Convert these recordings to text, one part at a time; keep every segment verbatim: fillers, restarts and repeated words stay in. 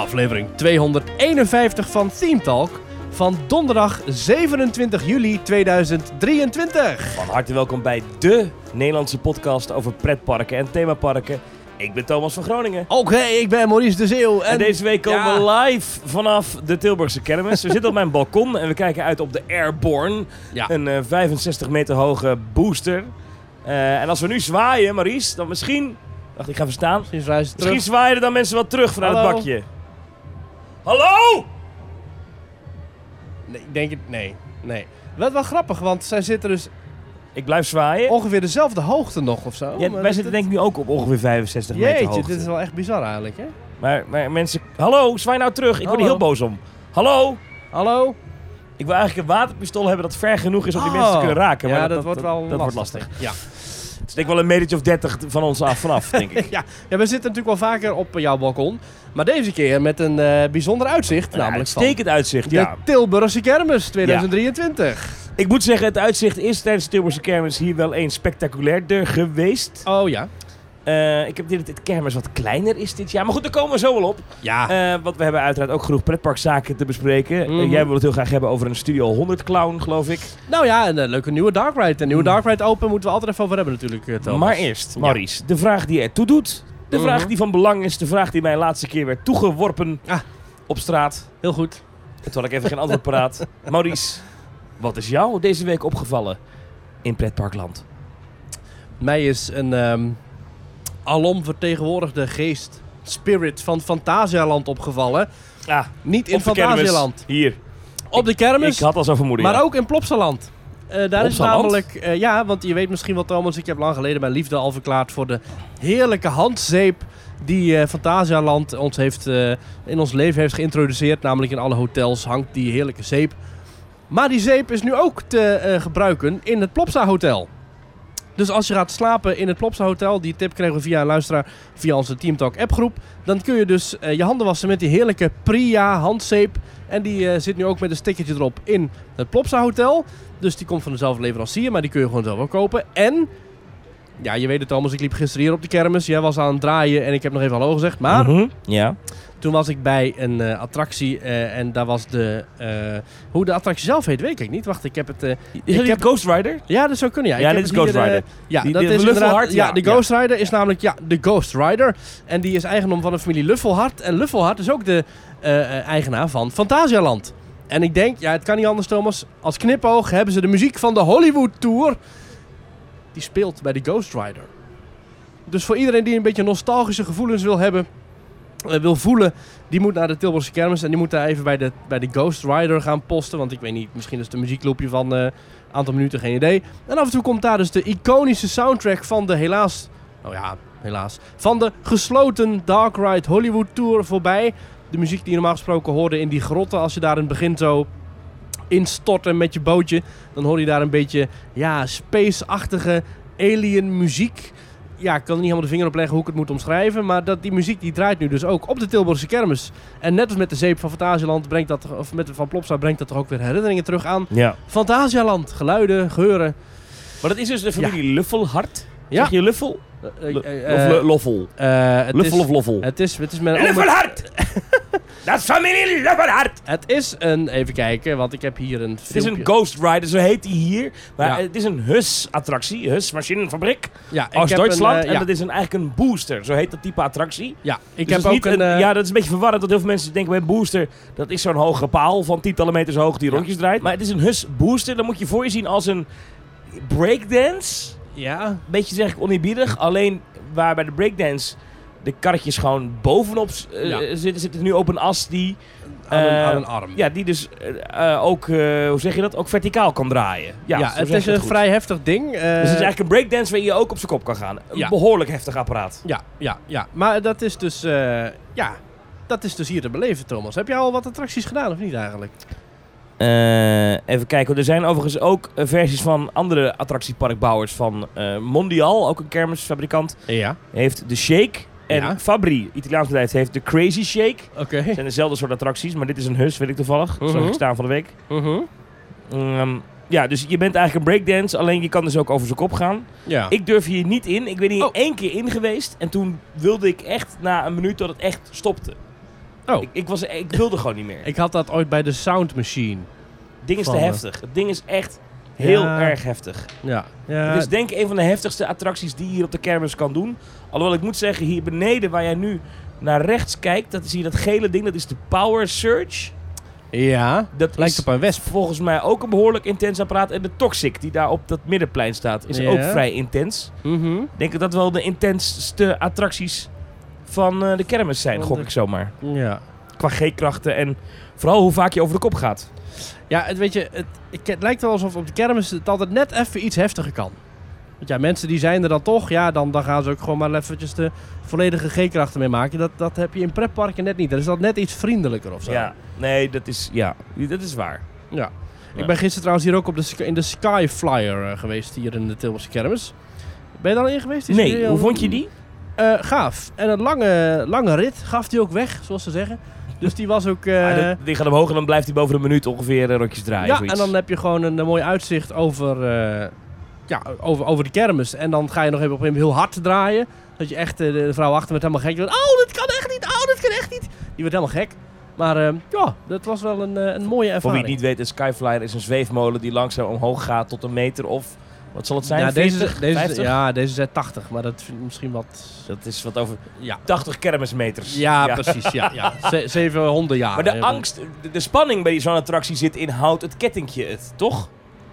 aflevering tweehonderdeenenvijftig van Theme Talk van donderdag zevenentwintig juli tweeduizend drieëntwintig. Van harte welkom bij de Nederlandse podcast over pretparken en themaparken. Ik ben Thomas van Groningen. Oké, okay, ik ben Maurice de Zeeuw. En, en deze week komen ja. we live vanaf de Tilburgse kermis. We zitten op mijn balkon en we kijken uit op de Airborne. Ja. Een uh, vijfenzestig meter hoge booster. Uh, en als we nu zwaaien, Maurice, dan misschien... Wacht, ik ga verstaan. Misschien zwaaien ze terug. Misschien zwaaien er dan mensen wat terug vanuit Hallo? het bakje. Hallo? Nee, ik denk het... Nee. Nee. Wat wel grappig, want zij zitten dus... Ik blijf zwaaien. Ongeveer dezelfde hoogte nog of zo. Ja, wij zitten het... denk ik nu ook op ongeveer vijfenzestig Jeetje, meter hoogte. dit is wel echt bizar eigenlijk, hè? Maar, maar mensen... Hallo, zwaai nou terug. Ik Hallo. word er heel boos om. Hallo? Hallo? Ik wil eigenlijk een waterpistool hebben dat ver genoeg is om die oh. mensen te kunnen raken. Ja, maar dat, dat, wordt dat, wel dat, lastig. dat wordt lastig. Ja. Het is denk ik wel een metertje of dertig van ons af vanaf, denk ik. ja. ja, we zitten natuurlijk wel vaker op jouw balkon. Maar deze keer met een uh, bijzonder uitzicht. Een namelijk uitstekend van uitzicht, de ja. Tilburgse kermis tweeduizend drieëntwintig. Ja. Ik moet zeggen, het uitzicht is tijdens de Tilburgse kermis hier wel eens spectaculairder geweest. Oh ja. Uh, ik heb dit dat het kermis wat kleiner is dit jaar. Maar goed, daar komen we zo wel op. Ja. Uh, want we hebben uiteraard ook genoeg pretparkzaken te bespreken. Mm-hmm. Uh, jij wil het heel graag hebben over een Studio honderd clown, geloof ik. Nou ja, een uh, leuke nieuwe Dark Ride. Een nieuwe Dark Ride open moeten we altijd even over hebben natuurlijk, uh, Thomas. Maar eerst, Maurice, ja. de vraag die ertoe doet. De mm-hmm. vraag die van belang is. De vraag die mij de laatste keer werd toegeworpen ah. op straat. Heel goed. En toen had ik even geen antwoord paraat. Maurice, wat is jou deze week opgevallen in pretparkland? Mij is een... Um... alom vertegenwoordigde geest, spirit van Fantasialand opgevallen. Ah, Niet in Fantasialand. Hier. Op de kermis. Ik, ik had al zo'n vermoeden. Maar ja. ook in Plopsaland. Uh, daar is namelijk... Uh, ja, want je weet misschien wel, Thomas, ik heb lang geleden mijn liefde al verklaard voor de heerlijke handzeep die uh, Fantasialand ons heeft, uh, in ons leven heeft geïntroduceerd. Namelijk in alle hotels hangt die heerlijke zeep. Maar die zeep is nu ook te uh, gebruiken in het Plopsa Hotel. Dus als je gaat slapen in het Plopsa Hotel, die tip kregen we via een luisteraar via onze Team Talk appgroep, dan kun je dus uh, je handen wassen met die heerlijke Priya handzeep. En die uh, zit nu ook met een stickertje erop in het Plopsa Hotel. Dus die komt van dezelfde leverancier, maar die kun je gewoon zelf ook kopen. En, ja, je weet het Thomas, ik liep gisteren hier op de kermis. Jij was aan het draaien en ik heb nog even hallo gezegd. Maar mm-hmm. ja. toen was ik bij een uh, attractie uh, en daar was de... Uh, hoe de attractie zelf heet, weet ik niet. Wacht, ik heb het... Uh, is dat niet Ghost Rider? Ja, dat zou kunnen, ja. Ja, ik dit is Ghost hier, Rider. Uh, ja, die, dat die is Luffelhart. Ja, ja, de Ghost ja. Rider is namelijk ja, de Ghost Rider. En die is eigendom van de familie Luffelhart. En Luffelhart is ook de uh, uh, eigenaar van Fantasialand. En ik denk, ja, het kan niet anders, Thomas. Als knipoog hebben ze de muziek van de Hollywood Tour. Die speelt bij de Ghost Rider. Dus voor iedereen die een beetje nostalgische gevoelens wil hebben... Uh, wil voelen, die moet naar de Tilburgse kermis en die moet daar even bij de, bij de Ghost Rider gaan posten. Want ik weet niet, misschien is het een muziekloopje van een uh, aantal minuten, geen idee. En af en toe komt daar dus de iconische soundtrack van de helaas, nou ja, helaas, van de gesloten Dark Ride Hollywood Tour voorbij. De muziek die je normaal gesproken hoorde in die grotten, als je daar in het begin zo instortte met je bootje, dan hoor je daar een beetje, ja, space-achtige alien muziek. Ja, ik kan er niet helemaal de vinger op leggen hoe ik het moet omschrijven. Maar dat, die muziek die draait nu dus ook op de Tilburgse kermis. En net als met de zeep van Fantasialand brengt dat, of met de van Plopsa brengt dat toch ook weer herinneringen terug aan ja. Fantasialand. Geluiden, geuren. Maar dat is dus de familie ja. Luffelhart. Ja. Zeg je Luffel? Uh, uh, uh, of uh, Loffel? Uh, Luffel of Loffel? Het is, het is met Luffelhart! Dat is familie Luffelhart! Het is een, even kijken, want ik heb hier een Het is een Ghost Rider, zo heet die hier. Maar ja. het is een Hus-attractie, Hus-machinenfabriek. Ja, uit Duitsland. Een, uh, en ja. dat is een, eigenlijk een booster, zo heet dat type attractie. Ja, ik dus heb ook een... een Uh, ja, dat is een beetje verwarrend, dat heel veel mensen denken bij een booster, dat is zo'n hoge paal van tientallen meters hoog die ja. rondjes draait. Maar het is een Hus-booster, dan moet je voor je zien als een breakdance. Ja. Beetje zeg ik oneerbiedig, alleen waar bij de breakdance de karretjes gewoon bovenop uh, ja. zitten, zitten nu op een as die... Aan een, uh, aan een arm. Ja, die dus uh, ook, uh, hoe zeg je dat, ook verticaal kan draaien. Ja, ja het is een goed. vrij heftig ding. Uh, dus het is eigenlijk een breakdance waar je ook op zijn kop kan gaan. Een ja. behoorlijk heftig apparaat. Ja, ja, ja. Maar dat is dus, uh, ja, dat is dus hier te beleven, Thomas. Heb jij al wat attracties gedaan of niet eigenlijk? Uh, even kijken, er zijn overigens ook uh, versies van andere attractieparkbouwers van uh, Mondial, ook een kermisfabrikant. Ja. Heeft de Shake. En ja. Fabri, Italiaans bedrijf, heeft de Crazy Shake. Oké. Okay. Het zijn dezelfde soort attracties, maar dit is een Hus, weet ik toevallig. Uh-huh. Zo heb ik staan van de week. Uh-huh. Um, ja, dus je bent eigenlijk een breakdance, alleen je kan dus ook over zijn kop gaan. Ja. Ik durf hier niet in. Ik ben hier oh. één keer in geweest en toen wilde ik echt na een minuut dat het echt stopte. Oh. Ik, ik, was, ik wilde gewoon niet meer. Ik had dat ooit bij de Sound Machine. Het ding is Van te me. heftig. Het ding is echt heel Ja. erg heftig. Ja. ja. Het is denk ik een van de heftigste attracties die je hier op de kermis kan doen. Alhoewel ik moet zeggen, hier beneden waar jij nu naar rechts kijkt, dat zie je dat gele ding, dat is de Power Surge. Ja, Dat lijkt is op een wesp. volgens mij ook een behoorlijk intens apparaat. En de Toxic, die daar op dat middenplein staat, is Ja. ook vrij intens. Mhm. Ik denk dat dat wel de intensste attracties van uh, de kermis zijn, Van gok de- ik zomaar. Ja. Qua G-krachten en vooral hoe vaak je over de kop gaat. Ja, het, weet je, het, ik, het lijkt wel alsof op de kermis het altijd net even iets heftiger kan. Want ja, mensen die zijn er dan toch, ja, dan, dan gaan ze ook gewoon maar eventjes de volledige G-krachten mee maken. Dat, dat heb je in pretparken net niet. Dan is dat net iets vriendelijker of zo. Ja, nee, dat is, ja, dat is waar. Ja. Ja. Ik ben gisteren trouwens hier ook op de, Sky- in de Skyflyer uh, geweest, hier in de Tilburgse kermis. Ben je daar al in geweest? Is Nee, die, uh, hoe vond je die? Uh, gaaf. En een lange, lange rit gaf die ook weg, zoals ze zeggen. Dus die was ook... Uh, Ah, dat- die gaat omhoog en dan blijft hij boven een minuut ongeveer uh, rondjes draaien. ja, zoiets. en dan heb je gewoon een, een mooi uitzicht over, uh, ja, over, over de kermis. En dan ga je nog even op een heel hard draaien. Dat je echt, uh, de vrouw achter met helemaal gek. wordt. Oh, dat kan echt niet! Oh, dat kan echt niet! Die wordt helemaal gek. Maar uh, ja, dat was wel een, uh, een mooie ervaring. Voor wie het niet weet, een Skyflyer is een zweefmolen die langzaam omhoog gaat tot een meter of... Wat zal het zijn? Ja, deze, veertig, deze, vijftig? ja, deze zijn tachtig, maar dat vind ik misschien wat... Dat is wat over Ja, tachtig kermismeters. ja, precies. Ja, ja. Ze, zevenhonderd jaar. Maar de hè. angst, de, de spanning bij zo'n attractie zit in houd het kettingje het, toch?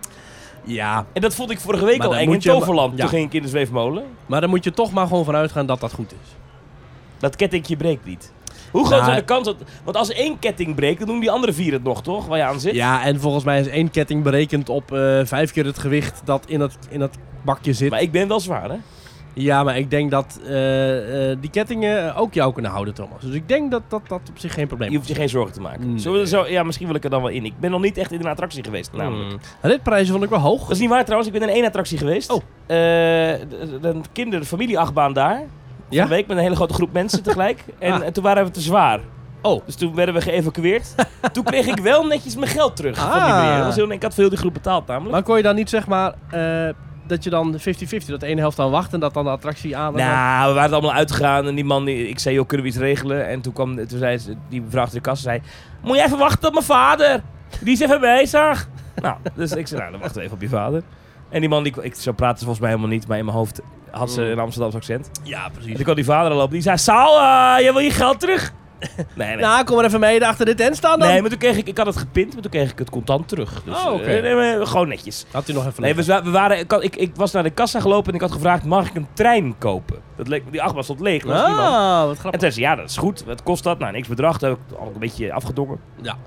Ja, En dat vond ik vorige week Maar al dan eng in moet je- Toverland. ja. Toen ging ik in de zweefmolen. maar dan moet je toch maar gewoon vanuit gaan dat dat goed is. Dat kettingje breekt niet. Hoe groot Nou, zijn de kans dat... Want als één ketting breekt, dan doen die andere vier het nog, toch? Waar je aan zit. Ja, en volgens mij is één ketting berekend op eh, vijf keer het gewicht dat in dat, in dat bakje zit. Maar ik ben wel zwaar, hè? Ja, maar ik denk dat eh, eh, die kettingen ook jou kunnen houden, Thomas. Dus ik denk dat dat, dat op zich geen probleem Je hoeft je geen zorgen te maken. Nee. Zullen we er zo, ja, misschien wil ik er dan wel in. Ik ben nog niet echt in een attractie geweest, namelijk. Hmm. Ritprijzen vond ik wel hoog. Dat is niet waar trouwens, ik ben in één attractie geweest. Oh. Uh, de, de, de kinder, de familieachtbaan daar. Ja? Een week met een hele grote groep mensen tegelijk. En, Ah. en toen waren we te zwaar. Oh. Dus toen werden we geëvacueerd. Toen kreeg ik wel netjes mijn geld terug van die Ah. meneer. Dat was heel, ik had voor heel die groep betaald namelijk. Maar kon je dan niet zeg maar eh, dat je dan vijftig vijftig, dat de ene helft dan wacht en dat dan de attractie aan... en dan- Nou, we waren er allemaal uitgegaan en die man, die, ik zei, joh, kunnen we iets regelen? En toen kwam, toen zei ze, die mevrouw achter de kassa, zei, moet je even wachten op mijn vader? Die is even bezig. Nou, dus ik zei, nou, dan wachten we even op je vader. En die man, die, ik, zo praten ze volgens mij helemaal niet, maar in mijn hoofd had ze een Amsterdamse accent. Ja, En precies. toen kwam die vader al lopen, die zei, Saal, uh, jij wil je geld terug? Nee, nee. Nou, kom maar even mee achter de tent staan dan. Nee, maar toen kreeg ik, ik had het gepint, maar toen kreeg ik het contant terug. Dus, Oh, oké. eh, nee, maar gewoon netjes. Had u nog even Nee, liggen. we, we waren, ik, had- ik, ik was naar de kassa gelopen en ik had gevraagd, mag ik een trein kopen? Dat leek, die achtbaan stond leeg, er was niemand. Ah, wat En grappig. toen zei ze, ja, dat is goed. Wat kost dat? Nou, niks bedrag. Dat heb ik al een beetje afgedongen. Ja,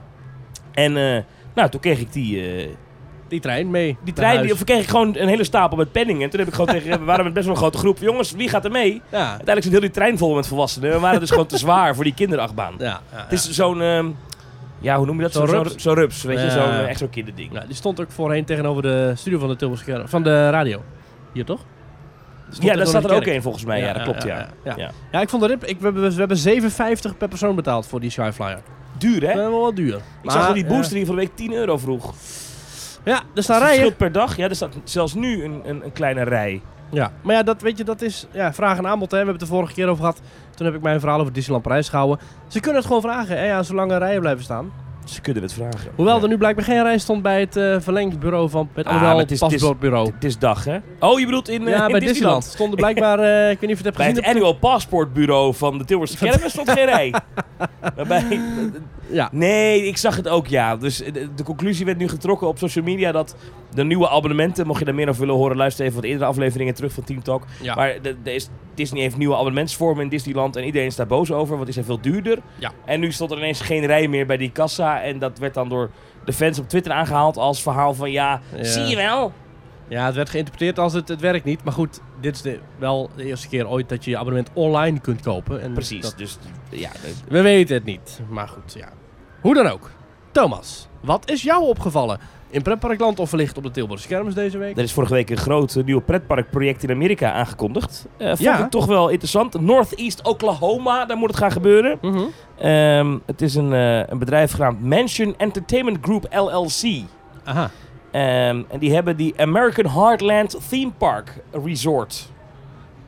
En eh, nou, toen kreeg ik die, eh, die trein mee. die naar trein, huis. die, of kreeg ik gewoon een hele stapel met penningen. En toen heb ik gewoon tegen, we waren met best wel een grote groep. Jongens, wie gaat er mee? Ja, Uiteindelijk zit heel die trein vol met volwassenen. We waren dus gewoon te zwaar voor die kinderachtbaan. ja, ja, Het is zo'n, ehm, ja, hoe noem je dat? Zo'n Zo'n rups? zo'n rups, weet je? Ja. Zo'n, eh, echt zo'n kinderding. ja. Die stond ook voorheen tegenover de studio van de Tilburgse Kerk, van de radio. Hier toch? Stond Ja, daar tegenover staat er de ook kerk. één volgens mij. Ja, dat klopt, ja. Ja, ja. Ja. Ja, ik vond de rip. Ik, we, hebben, we hebben zeven vijftig per persoon betaald voor die Skyflyer. Duur, hè? Dat is wel wat duur. Ik zag dat die booster hier van de week tien euro vroeg. Ja, ja, er staan Dat is rijen. verschil per dag. Ja, er staat zelfs nu een, een, een kleine rij. Ja, maar ja, dat, weet je, dat is ja, vraag en aanbod. Hè. We hebben het de vorige keer over gehad. Toen heb ik mijn verhaal over Disneyland Parijs gehouden. Ze kunnen het gewoon vragen, hè, ja, zolang er rijen blijven staan. Ze kunnen het vragen. Hoewel Ja. er nu blijkbaar geen rij stond bij het uh, verlengbureau van het Ah, Alhoewel maar het is- het is- paspoortbureau. Het is dag, hè? Oh, je bedoelt in, eh, Ja, in bij Disneyland. Disneyland stonden blijkbaar, uh, ik weet niet of je het hebt Bij gezien. het Annual Passport Bureau van de Tilburgse Kermis stond geen rij. Waarbij, Ja, nee, ik zag het ook, ja. Dus de, de conclusie werd nu getrokken op social media dat de nieuwe abonnementen, mocht je daar meer over willen horen, luister even wat eerdere afleveringen terug van Team Talk. ja. Maar de, de is, Disney heeft nieuwe abonnementsvormen in Disneyland en iedereen is daar boos over, want die zijn veel duurder. Ja. En nu stond er ineens geen rij meer bij die kassa en dat werd dan door de fans op Twitter aangehaald als verhaal van ja, Ja. zie je wel. ja, het werd geïnterpreteerd als het, het werkt niet. Maar goed, dit is de, wel de eerste keer ooit dat je je abonnement online kunt kopen. En Precies, dat- dus ja, de- we weten het niet, maar goed, ja. Hoe dan ook. Thomas, wat is jou opgevallen in pretparkland of wellicht op de Tilburgse Kermis deze week? er is vorige week een groot eh, nieuw pretparkproject in Amerika aangekondigd. Eh vond Ja. ik toch wel interessant. Northeast Oklahoma, daar moet het gaan gebeuren. Mhm. Ehm, het is een, eh, een bedrijf genaamd Mansion Entertainment Group L L C. Aha. Ehm, en die hebben die American Heartland Theme Park Resort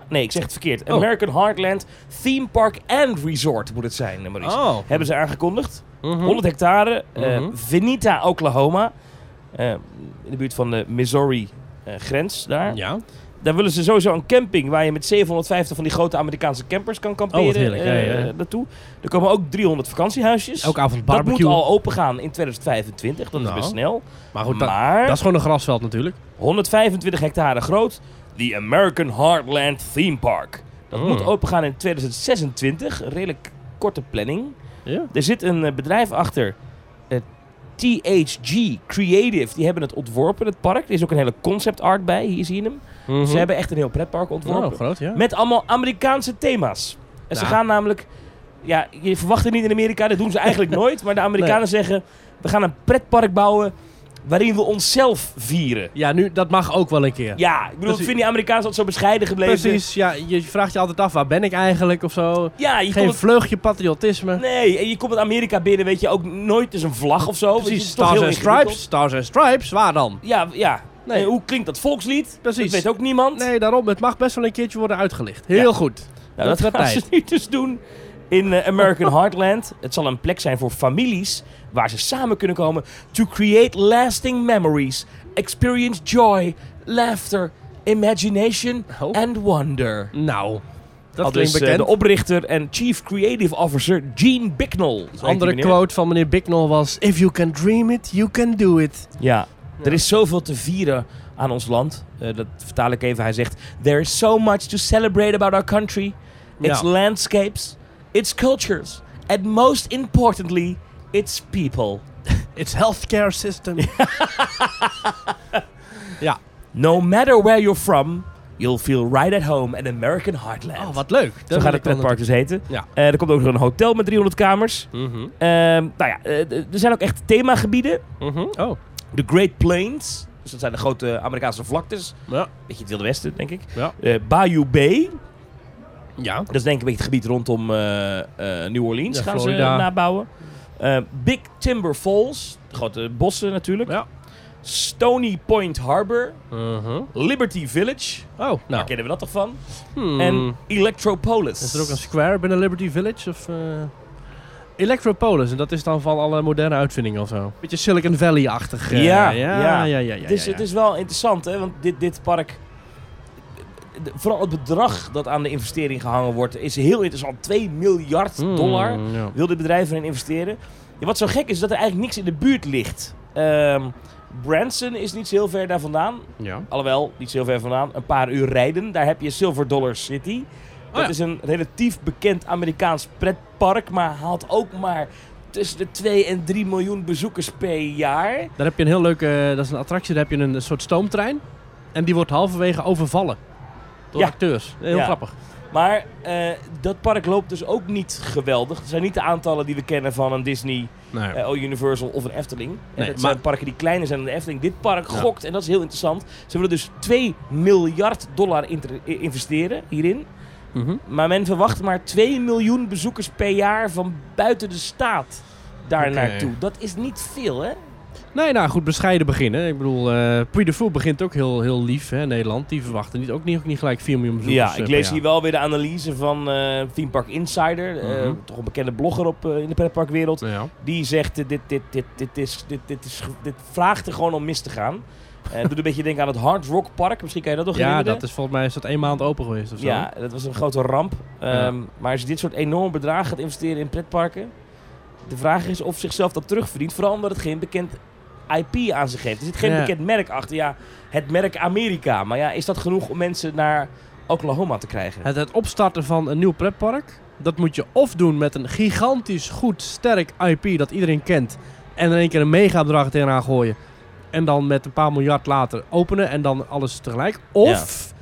Nee, ik zeg het verkeerd. Oh. American Heartland Theme Park and Resort moet het zijn, Maurice. Oh. Hebben ze aangekondigd. Mm-hmm. honderd hectare. Uh, Mm-hmm. Venita, Oklahoma. Uh, in de buurt van de Missouri-grens uh, daar. Ja. Daar willen ze sowieso een camping waar je met zevenhonderdvijftig van die grote Amerikaanse campers kan kamperen. Oh, wat heerlijk. Ja, ja. Uh, naartoe. Er komen ook driehonderd vakantiehuisjes. Elke avond Dat barbecue. moet al open gaan in tweeduizend vijfentwintig. Dat Nou. is best snel. Maar goed, dat, maar dat is gewoon een grasveld natuurlijk. honderdvijfentwintig hectare groot. The American Heartland Theme Park. Dat Mm. moet open gaan in tweeduizend zesentwintig. Een redelijk korte planning. Ja. Er zit een uh, bedrijf achter. Uh, T H G Creative. Die hebben het ontworpen, het park. Er is ook een hele concept art bij. Hier zie je hem. Mm-hmm. Ze hebben echt een heel pretpark ontworpen. Oh, groot, ja. Met allemaal Amerikaanse thema's. En ze Ja. gaan namelijk... Ja, je verwacht het niet in Amerika. Dat doen ze eigenlijk nooit. Maar de Amerikanen Nee. zeggen... We gaan een pretpark bouwen... waarin we onszelf vieren. Ja, nu, dat mag ook wel een keer. Ja, ik bedoel, Precies. ik vind die Amerikanen altijd zo bescheiden gebleven. Precies, ja, je vraagt je altijd af, waar ben ik eigenlijk of zo. Ja, je Geen komt... vleugje patriotisme. Nee, en je komt uit Amerika binnen, weet je, ook nooit eens een vlag of zo. Precies, Het is toch Stars heel and ingewikkeld. Stripes, Stars and Stripes, waar dan? Ja, ja. Nee. En hoe klinkt dat volkslied? Precies. Dat weet ook niemand. Nee, daarom, het mag best wel een keertje worden uitgelicht. Heel Ja. goed. Nou, dat wordt gaan ze tijd. nu dus doen in uh, American Heartland. Het zal een plek zijn voor families waar ze samen kunnen komen to create lasting memories, experience joy, laughter, imagination Oh. and wonder. Nou, dat Al klinkt dus uh, bekend. de oprichter en chief creative officer Gene Bicknell. Zo heet die Andere meneer. quote van meneer Bicknell was... If you can dream it, you can do it. Ja, er is zoveel te vieren aan ons land. Uh, dat vertaal ik even. Hij zegt... There is so much to celebrate about our country. Its Ja. landscapes, its cultures, and most importantly, its people. It's healthcare system. Ja. No matter where you're from, you'll feel right at home in American Heartland. Oh, wat leuk. Zo gaat het pretpark dus heten. Ja. Uh, er komt ook nog een hotel met driehonderd kamers. Mhm. Uh, nou ja, uh, d- er zijn ook echt themagebieden. Mhm. Oh. De Great Plains. Dus dat zijn de grote Amerikaanse vlaktes. Ja. Beetje het Wilde Westen, denk ik. Ja. Uh, Bayou Bay. Ja. Dat is denk ik een beetje het gebied rondom uh, uh, New Orleans. Ja, gaan Florida. ze nabouwen. Uh, Big Timber Falls. De grote bossen natuurlijk. Ja. Stony Point Harbor. Mhm. Liberty Village. Oh, Daar nou. kennen we dat toch van. Hmm. En Electropolis. Is er ook een square binnen Liberty Village? Of, uh... Electropolis, en dat is dan van alle moderne uitvindingen of zo. Beetje Silicon Valley-achtig. uh, Ja, ja, ja. ja, ja, ja, Dus ja, ja. het is wel interessant, hè? Want dit, dit park... de- Vooral het bedrag dat aan de investering gehangen wordt... is heel interessant. twee miljard Hmm, dollar ja. wil dit bedrijf erin investeren. Ja, wat zo gek is, is dat er eigenlijk niks in de buurt ligt. Ehm, Branson is niet zo heel ver daar vandaan. Ja. Alhoewel, niet zo heel ver vandaan. Een paar uur rijden. Daar heb je Silver Dollar City. Dat ja. is een relatief bekend Amerikaans pretpark. Maar haalt ook maar tussen de twee en drie miljoen bezoekers per jaar. Daar heb je een heel leuke, dat is een attractie, daar heb je een soort stoomtrein. En die wordt halverwege overvallen. Door Ja. acteurs. Heel Ja. grappig. Maar eh, dat park loopt dus ook niet geweldig. Het zijn niet de aantallen die we kennen van een Disney, Nee. eh, oh, Universal of een Efteling. En Nee, dat maar- zijn parken die kleiner zijn dan de Efteling. Dit park Ja. gokt, en dat is heel interessant. Ze willen dus twee miljard dollar inter- investeren hierin. Mhm. Maar men verwacht maar twee miljoen bezoekers per jaar van buiten de staat daar Oké. naartoe. Dat is niet veel, hè? Nee, nou goed, bescheiden beginnen. Ik bedoel, eh Puy de Fou begint ook heel, heel lief, hè, Nederland. Die verwachten niet, ook, niet, ook niet gelijk vier miljoen bezoekers. Ja, eh, ik per lees jaar. hier wel weer de analyse van eh Theme Park Insider. eh, Mhm. toch een bekende blogger op, eh, in de pretparkwereld. Ja. Die zegt, eh, dit, dit, dit, dit, is, dit, dit, is, ge- dit vraagt er gewoon om mis te gaan. Het doet een beetje denken aan het Hard Rock Park. Misschien kan je dat nog Ja, herinneren. dat is volgens mij is dat één maand open geweest of zo. Ja, dat was een grote ramp. Ja. Ehm, maar als je dit soort enorme bedragen gaat investeren in pretparken... De vraag is of zichzelf dat terugverdient. Vooral omdat het geen bekend I P aan zich heeft. Er zit geen Ja. bekend merk achter. Ja, het merk Amerika. Maar ja, is dat genoeg om mensen naar Oklahoma te krijgen? Het, het opstarten van een nieuw pretpark, dat moet je of doen met een gigantisch goed, sterk I P dat iedereen kent. En in één keer een mega bedrag tegenaan gooien. En dan met een paar miljard later openen en dan alles tegelijk. Of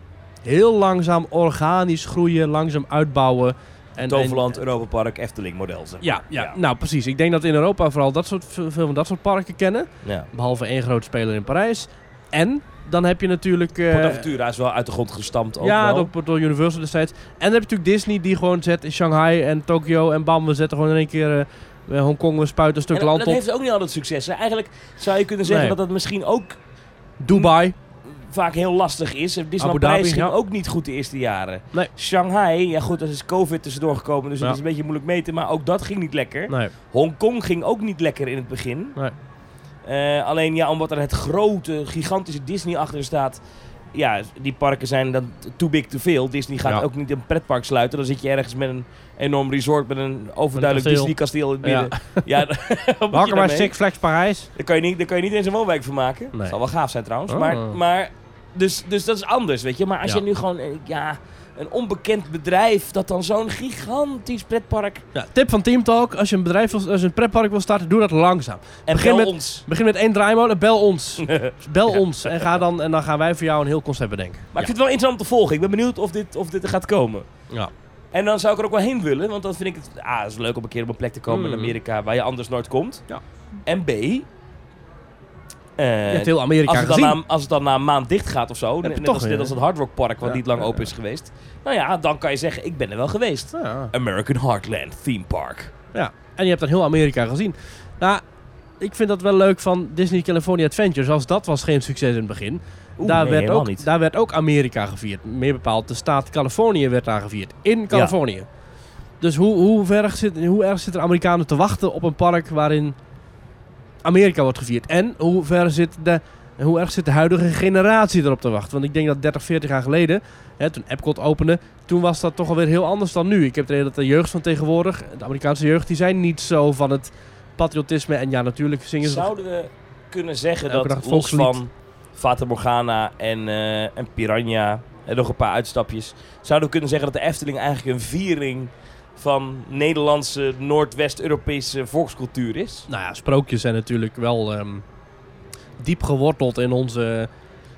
heel langzaam organisch groeien, langzaam uitbouwen. En, Toverland, Europa Park, Efteling model. Zeg maar. Ja, ja, Ja. nou precies. Ik denk dat we in Europa vooral dat soort, veel van dat soort parken kennen. Ja. Behalve één groot speler in Parijs. En dan heb je natuurlijk... eh, PortAventura is wel uit de grond gestampt ook ja, wel. door, door Universal destijds. En dan heb je natuurlijk Disney die gewoon zet in Shanghai en Tokio. En bam, we zetten gewoon in één keer uh, Hongkong, we spuiten een stuk en land dat op. heeft ook niet altijd succes. Hè? Eigenlijk zou je kunnen zeggen Nee. dat dat misschien ook Dubai. vaak heel lastig is. Disneyland Parijs ging ja. ook niet goed de eerste jaren. Nee. Shanghai, ja goed, er is COVID tussendoor gekomen, dus ja. het is een beetje moeilijk meten. Maar ook dat ging niet lekker. Nee. Hongkong ging ook niet lekker in het begin. Nee. Uh, alleen ja, omdat er het grote, gigantische Disney achter staat. Ja, die parken zijn dan too big to fail. Disney gaat ja. ook niet een pretpark sluiten. Dan zit je ergens met een enorm resort met een overduidelijk Disney-kasteel in het midden. Ja. ja Wakker maar Six Flags Parijs. Daar kan je niet, daar kan je niet eens een woonwijk van maken. Nee. Dat zal wel gaaf zijn trouwens. Oh. Maar, maar dus, dus dat is anders, weet je. Maar als ja. je nu gewoon, ja, een onbekend bedrijf dat dan zo'n gigantisch pretpark... Ja, tip van Team Talk. Als je een bedrijf wil, als je een pretpark wil starten, doe dat langzaam. En begin bel met, ons. Begin met één draaimolen, bel ons. bel ja. ons. En, ga dan, en dan gaan wij voor jou een heel concept bedenken. Maar ja. ik vind het wel interessant om te volgen. Ik ben benieuwd of dit, of dit er gaat komen. Ja. En dan zou ik er ook wel heen willen. Want dan vind ik het... Ah, het is leuk om een keer op een plek te komen mm. in Amerika waar je anders nooit komt. Ja. En B... Uh, je hebt heel Amerika als het, gezien. Na, als het dan na een maand dicht gaat of zo, net, net, als, net als het Hard Rock Park wat ja, niet lang ja, open is geweest. Nou ja, dan kan je zeggen, ik ben er wel geweest. Ja. American Heartland Theme Park. Ja, en je hebt dan heel Amerika gezien. Nou, ik vind dat wel leuk van Disney California Adventure. Zoals dat was geen succes in het begin. Oeh, daar, nee, werd ook, niet. daar werd ook Amerika gevierd. Meer bepaald, de staat Californië werd daar gevierd. In Californië. Ja. Dus hoe, hoe, erg zit, hoe erg zitten Amerikanen te wachten op een park waarin Amerika wordt gevierd? En hoe, ver zit de, hoe erg zit de huidige generatie erop te wachten? Want ik denk dat dertig, veertig jaar geleden, hè, toen Epcot opende, toen was dat toch alweer heel anders dan nu. Ik heb het idee dat de jeugd van tegenwoordig, de Amerikaanse jeugd, die zijn niet zo van het patriotisme. En ja, natuurlijk zingen ze... Zouden we kunnen zeggen dat los van Fata Morgana en, uh, en Piranha en nog een paar uitstapjes, zouden we kunnen zeggen dat de Efteling eigenlijk een viering van Nederlandse, Noordwest-Europese volkscultuur is? Nou ja, sprookjes zijn natuurlijk wel um, diep geworteld in onze,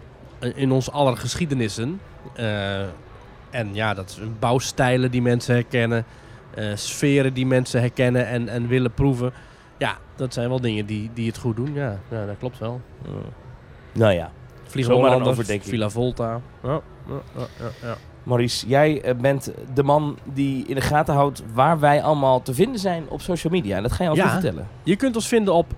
in onze aller geschiedenissen. Uh, en ja, dat zijn bouwstijlen die mensen herkennen, uh, sferen die mensen herkennen en, en willen proeven. Ja, dat zijn wel dingen die, die het goed doen. Ja, ja dat klopt wel. Uh. Nou ja, Vliegen Hollanders, Villa Volta. Ja, ja, ja, ja. Maurice, jij bent de man die in de gaten houdt waar wij allemaal te vinden zijn op social media. En dat ga je ons ja, vertellen. Je kunt ons vinden op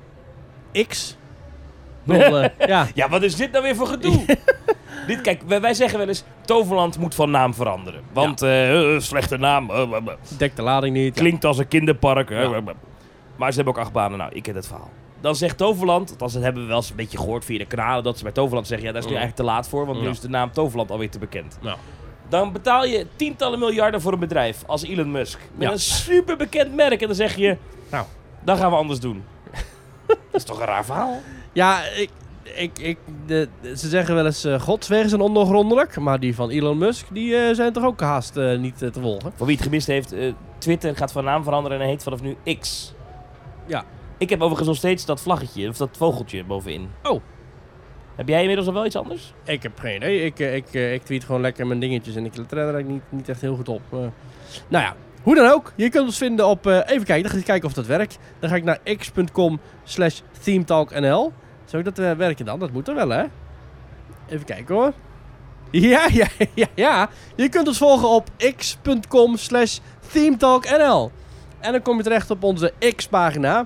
X. Bedoel, uh, ja. ja, wat is dit nou weer voor gedoe? dit, kijk, wij, wij zeggen wel eens, Toverland moet van naam veranderen. Want, ja. uh, slechte naam. Uh, Dekt de lading niet. Klinkt ja. als een kinderpark. Ja. Uh, maar ze hebben ook acht banen. Nou, ik ken het verhaal. Dan zegt Toverland, althans dat hebben we wel eens een beetje gehoord via de kanalen, dat ze bij Toverland zeggen, ja, daar is nu eigenlijk te laat voor, want ja. nu is de naam Toverland alweer te bekend. Ja. Dan betaal je tientallen miljarden voor een bedrijf als Elon Musk. Met ja. een super bekend merk. En dan zeg je, nou, dan gaan we anders doen. Dat is toch een raar verhaal? Ja, ik, ik, ik, de, ze zeggen wel eens, uh, Gods wegen zijn ondoorgrondelijk. Maar die van Elon Musk, die uh, zijn toch ook haast uh, niet uh, te volgen. Voor wie het gemist heeft, uh, Twitter gaat van naam veranderen en heet vanaf nu X. Ja. Ik heb overigens nog steeds dat vlaggetje, of dat vogeltje bovenin. Oh. Heb jij inmiddels al wel iets anders? Ik heb geen idee. Ik, ik, ik, ik tweet gewoon lekker mijn dingetjes en ik let er niet, niet echt heel goed op. Uh, nou ja, hoe dan ook. Je kunt ons vinden op... Uh, even kijken, dan ga ik kijken of dat werkt. Dan ga ik naar x.com slash themetalknl. Zou ik dat uh, werken dan? Dat moet er wel, hè? Even kijken hoor. Ja, ja, ja, ja. Je kunt ons volgen op x.com slash themetalknl. En dan kom je terecht op onze X-pagina.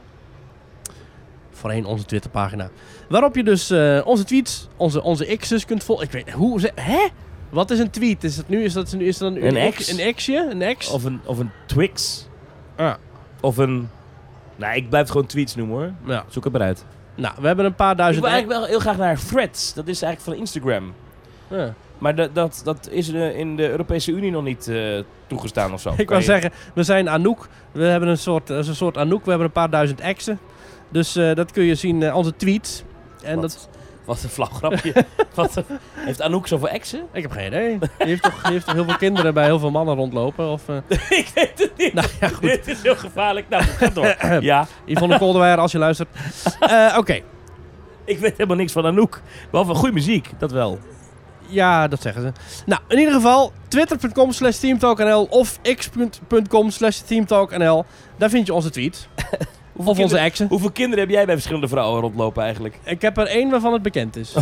Voorheen onze Twitter-pagina. Waarop je dus uh, onze tweets, onze, onze X's kunt volgen. Ik weet hoe ze... Hè? Wat is een tweet? Is het nu? Is dat, is dat een, een X? Een X'je? Een X? Of een, of een Twix. Ah. Of een... Nou, ik blijf het gewoon tweets noemen hoor. Ja. Zoek het maar uit. Nou, we hebben een paar duizend... Ik wil eigenlijk wel heel graag naar Threads. Dat is eigenlijk van Instagram. Ja. Maar dat, dat, dat is in de Europese Unie nog niet uh, toegestaan of zo. Ik wou je... zeggen, we zijn Anouk. We hebben een soort, een soort Anouk. We hebben een paar duizend X'en. Dus uh, dat kun je zien, uh, onze tweets. En wat, dat... wat een flauw grapje. Wat, heeft Anouk zoveel exen? Ik heb geen idee. Die heeft, toch, die heeft toch heel veel kinderen bij heel veel mannen rondlopen? Of, uh... ik weet het niet. Nou, ja, goed. Dit is heel gevaarlijk. Nou, ga door. Ja. Yvonne Kolderweijer, als je luistert. Uh, Oké. Okay. Ik weet helemaal niks van Anouk. Behalve goede muziek, dat wel. Ja, dat zeggen ze. Nou, in ieder geval, twitter.com slash themetalknl of x.com slash themetalknl. Daar vind je onze tweets. Hoeveel of onze exen. Hoeveel kinderen heb jij bij verschillende vrouwen rondlopen eigenlijk? Ik heb er één waarvan het bekend is.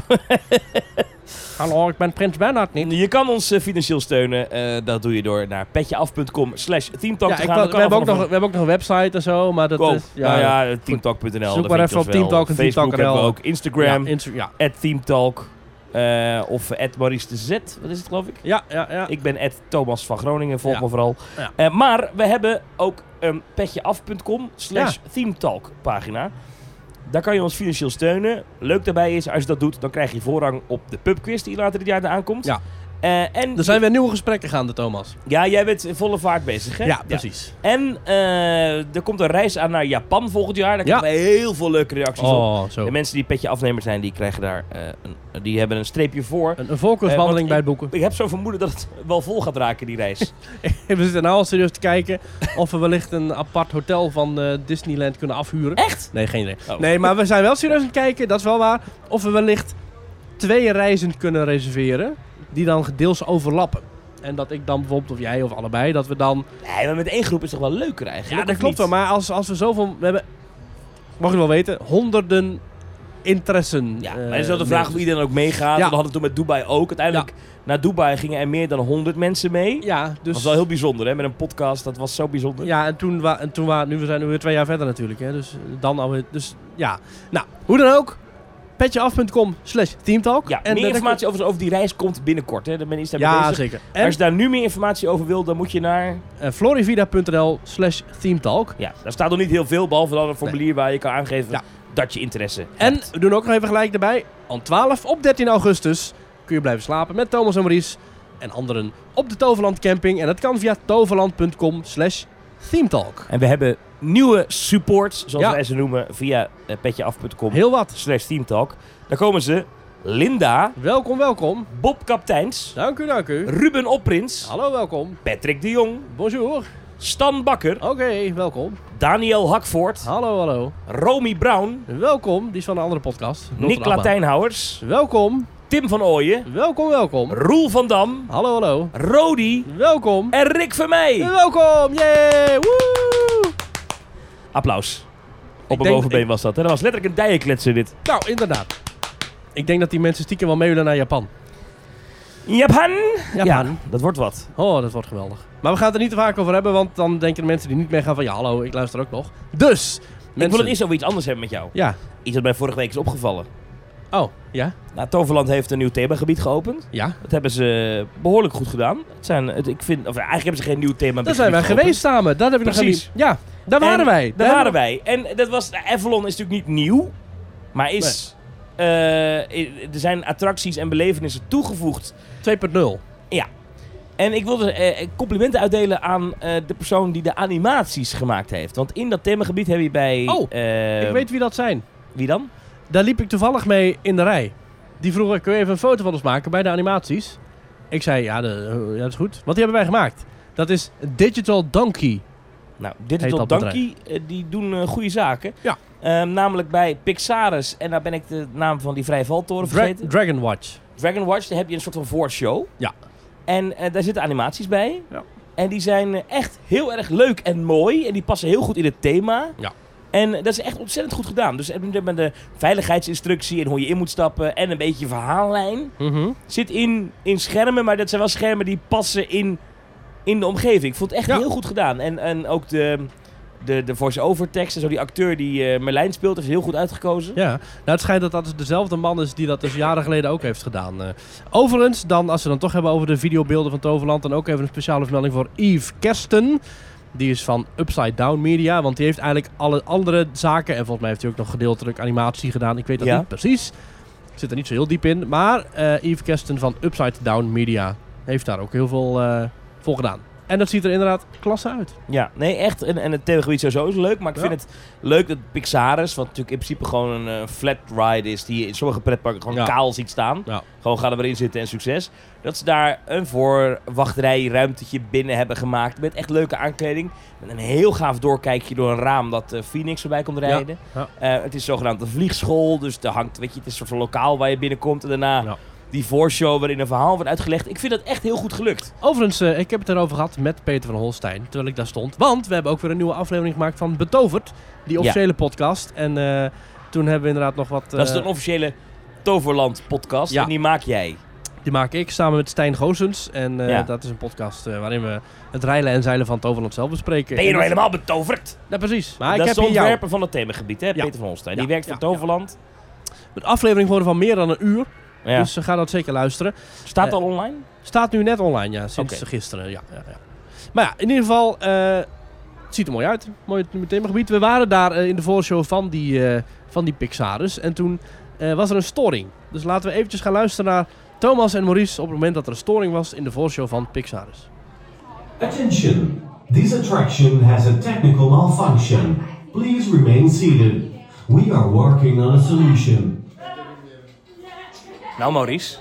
Hallo, ik ben Prins Bernhard niet. Je kan ons uh, financieel steunen. Uh, dat doe je door naar petjeaf.com slash themetalk ja, te gaan. Kan, we, hebben ook nog, we hebben ook nog een website en zo. Maar dat Cool. is, ja, nou ja, themetalk punt n l. Zoek maar even op Themetalk en Facebook hebben we ook. Instagram, ja, Insta- ja. at themetalk. Uh, of at Maurice de Z, wat is het geloof ik? Ja, ja, ja. Ik ben at Thomas van Groningen, volg ja. me vooral. Ja. Uh, maar we hebben ook een petjeaf.com slash themetalk pagina. Daar kan je ons financieel steunen. Leuk daarbij is, als je dat doet, dan krijg je voorrang op de pubquiz die later dit jaar aankomt. Ja. Uh, en er zijn weer nieuwe gesprekken gaande, Thomas. Ja, jij bent in volle vaart bezig, hè? Ja, precies. Ja. En uh, er komt een reis aan naar Japan volgend jaar. Daar ja. krijgen we heel veel leuke reacties oh, op. Zo. De mensen die petje afnemer zijn, die krijgen daar uh, een, die hebben een streepje voor. Een, een voorkeurswandeling uh, bij het boeken. Ik, ik heb zo'n vermoeden dat het wel vol gaat raken, die reis. We zitten nou al serieus te kijken of we wellicht een apart hotel van uh, Disneyland kunnen afhuren. Echt? Nee, geen idee. Oh. Nee, maar we zijn wel serieus aan het kijken, dat is wel waar, of we wellicht twee reizen kunnen reserveren die dan deels overlappen. En dat ik dan bijvoorbeeld, of jij of allebei, dat we dan... Nee, maar met één groep is het toch wel leuker eigenlijk? Ja, dat klopt wel, maar als, als we zoveel... We hebben, mag je wel weten, honderden interessen. Ja, uh, maar is wel de vraag of iedereen ook meegaat. Ja. We hadden het toen met Dubai ook. Uiteindelijk, ja. naar Dubai gingen er meer dan honderd mensen mee. Ja, dus... Dat was wel heel bijzonder, hè? Met een podcast, dat was zo bijzonder. Ja, en toen, wa- en toen wa- nu we zijn nu weer twee jaar verder natuurlijk, hè. Dus dan alweer... Dus ja, nou, hoe dan ook... petjeaf.com slash themetalk. Ja, en meer uh, informatie over, over die reis komt binnenkort. Hè? De men is daar ja, bezig. zeker. En als je daar nu meer informatie over wil, dan moet je naar... Uh, florivida.nl slash themetalk. Ja, daar staat nog niet heel veel, behalve dan een formulier nee. waar je kan aangeven ja. dat je interesse en hebt. En we doen ook nog even gelijk erbij. Om twaalf op dertien augustus kun je blijven slapen met Thomas en Maurice en anderen op de Toverland Camping. En dat kan via toverland.com slash themetalk. En we hebben nieuwe supports, zoals ja. wij ze noemen, via uh, petjeaf.com Heel wat. slash themetalk. Daar komen ze. Linda. Welkom, welkom. Bob Kapteins. Dank u, dank u. Ruben Opprins. Hallo, welkom. Patrick de Jong. Bonjour. Stan Bakker. Oké, okay, welkom. Daniel Hakvoort. Hallo, hallo. Romy Brown. Welkom, die is van een andere podcast. Nick Latijnhouwers. Welkom. Tim van Ooyen. Welkom, welkom. Roel van Dam. Hallo, hallo. Rodi. Welkom. En Rick Vermeij. Welkom, yay, woe! Applaus. Op een bovenbeen ik... was dat, hè? Dat was letterlijk een dijenkletser dit. Nou, inderdaad. Ik denk dat die mensen stiekem wel mee willen naar Japan. Japan? Japan. Ja, dat wordt wat. Oh, dat wordt geweldig. Maar we gaan het er niet te vaak over hebben, want dan denken de mensen die niet meegaan van... Ja, hallo, ik luister ook nog. Dus, ik mensen... wil het eerst over iets anders hebben met jou. Ja. Iets wat mij vorige week is opgevallen. Oh, ja? Nou, Toverland heeft een nieuw themagebied geopend. Ja. Dat hebben ze behoorlijk goed gedaan. Het zijn, het, ik vind, of eigenlijk hebben ze geen nieuw themagebied. Daar zijn wij geopend. geweest samen. Dat heb ik Precies. nog Ja, daar waren en wij. Daar, daar waren wij. En dat was, Avalon is natuurlijk niet nieuw, maar is... Nee. Uh, er zijn attracties en belevenissen toegevoegd. twee punt nul. Ja. En ik wilde uh, complimenten uitdelen aan uh, de persoon die de animaties gemaakt heeft. Want in dat themagebied heb je bij... Oh, uh, ik weet wie dat zijn. Wie dan? Daar liep ik toevallig mee in de rij. Die vroeg, kun je even een foto van ons maken bij de animaties? Ik zei, ja, de, ja dat is goed. Wat die hebben wij gemaakt? Dat is Digital Donkey. Nou, Digital Donkey, uh, die doen uh, goede zaken. Ja. Uh, namelijk bij Pixaris, en daar ben ik de naam van die vrije valtoren Dra- vergeten. Dragon Watch. Dragon Watch, daar heb je een soort van voorshow. Ja. En uh, daar zitten animaties bij. Ja. En die zijn uh, echt heel erg leuk en mooi. En die passen heel goed in het thema. Ja. En dat is echt ontzettend goed gedaan. Dus met de veiligheidsinstructie en hoe je in moet stappen en een beetje verhaallijn. Mm-hmm. Zit in, in schermen, maar dat zijn wel schermen die passen in, in de omgeving. Ik vond het echt ja. heel goed gedaan. En, en ook de, de, de voice-over tekst en zo, die acteur die uh, Merlijn speelt, heeft heel goed uitgekozen. Ja, nou, het schijnt dat dat dezelfde man is die dat dus jaren geleden ook heeft gedaan. Uh, overigens, dan, als we dan toch hebben over de videobeelden van Toverland, dan ook even een speciale vermelding voor Yves Kersten. Die is van Upside Down Media, want die heeft eigenlijk alle andere zaken. En volgens mij heeft hij ook nog gedeeltelijk animatie gedaan. Ik weet dat ja. niet precies. Ik zit er niet zo heel diep in. Maar uh, Yves Kersten van Upside Down Media heeft daar ook heel veel uh, voor gedaan. En dat ziet er inderdaad klasse uit. Ja, nee, echt. En, en het themagebied sowieso is leuk. Maar ik ja. vind het leuk dat Pixaris, wat natuurlijk in principe gewoon een uh, flat ride is, die je in sommige pretparken gewoon ja. kaal ziet staan. Ja. Gewoon ga er maar in zitten en succes. Dat ze daar een voorwachterij-ruimtetje binnen hebben gemaakt. Met echt leuke aankleding. Met een heel gaaf doorkijkje door een raam dat uh, Phoenix voorbij komt rijden. Ja. Ja. Uh, het is zogenaamd een vliegschool. Dus er hangt, weet je, het is een soort van lokaal waar je binnenkomt. En daarna... Ja. Die voorshow waarin een verhaal wordt uitgelegd. Ik vind dat echt heel goed gelukt. Overigens, uh, ik heb het erover gehad met Peter van Holstein, terwijl ik daar stond. Want we hebben ook weer een nieuwe aflevering gemaakt van Betoverd. Die officiële ja. podcast. En uh, toen hebben we inderdaad nog wat... Uh, dat is een officiële Toverland podcast. Ja. En die maak jij. Die maak ik samen met Stijn Goosens. En uh, ja. dat is een podcast uh, waarin we het rijlen en zeilen van Toverland zelf bespreken. Ben je nou helemaal betoverd? Ja, precies. Maar dat ik is heb de ontwerper jou... van het themagebied, hè? Ja. Peter van Holstein. Die ja. werkt voor ja. Toverland. Een aflevering geworden van meer dan een uur. Ja. Dus uh, ga dat zeker luisteren. Staat het uh, al online? Staat nu net online, ja. Sinds okay. gisteren, ja, ja, ja. Maar ja, in ieder geval... Uh, het ziet er mooi uit. Mooi themagebied. We waren daar uh, in de voorshow van die, uh, van die Pixarus. En toen uh, was er een storing. Dus laten we eventjes gaan luisteren naar Thomas en Maurice op het moment dat er een storing was in de voorshow van Pixarus. Attention! This attraction has a technical malfunction. Please remain seated. We are working on a solution. Nou, Maurice.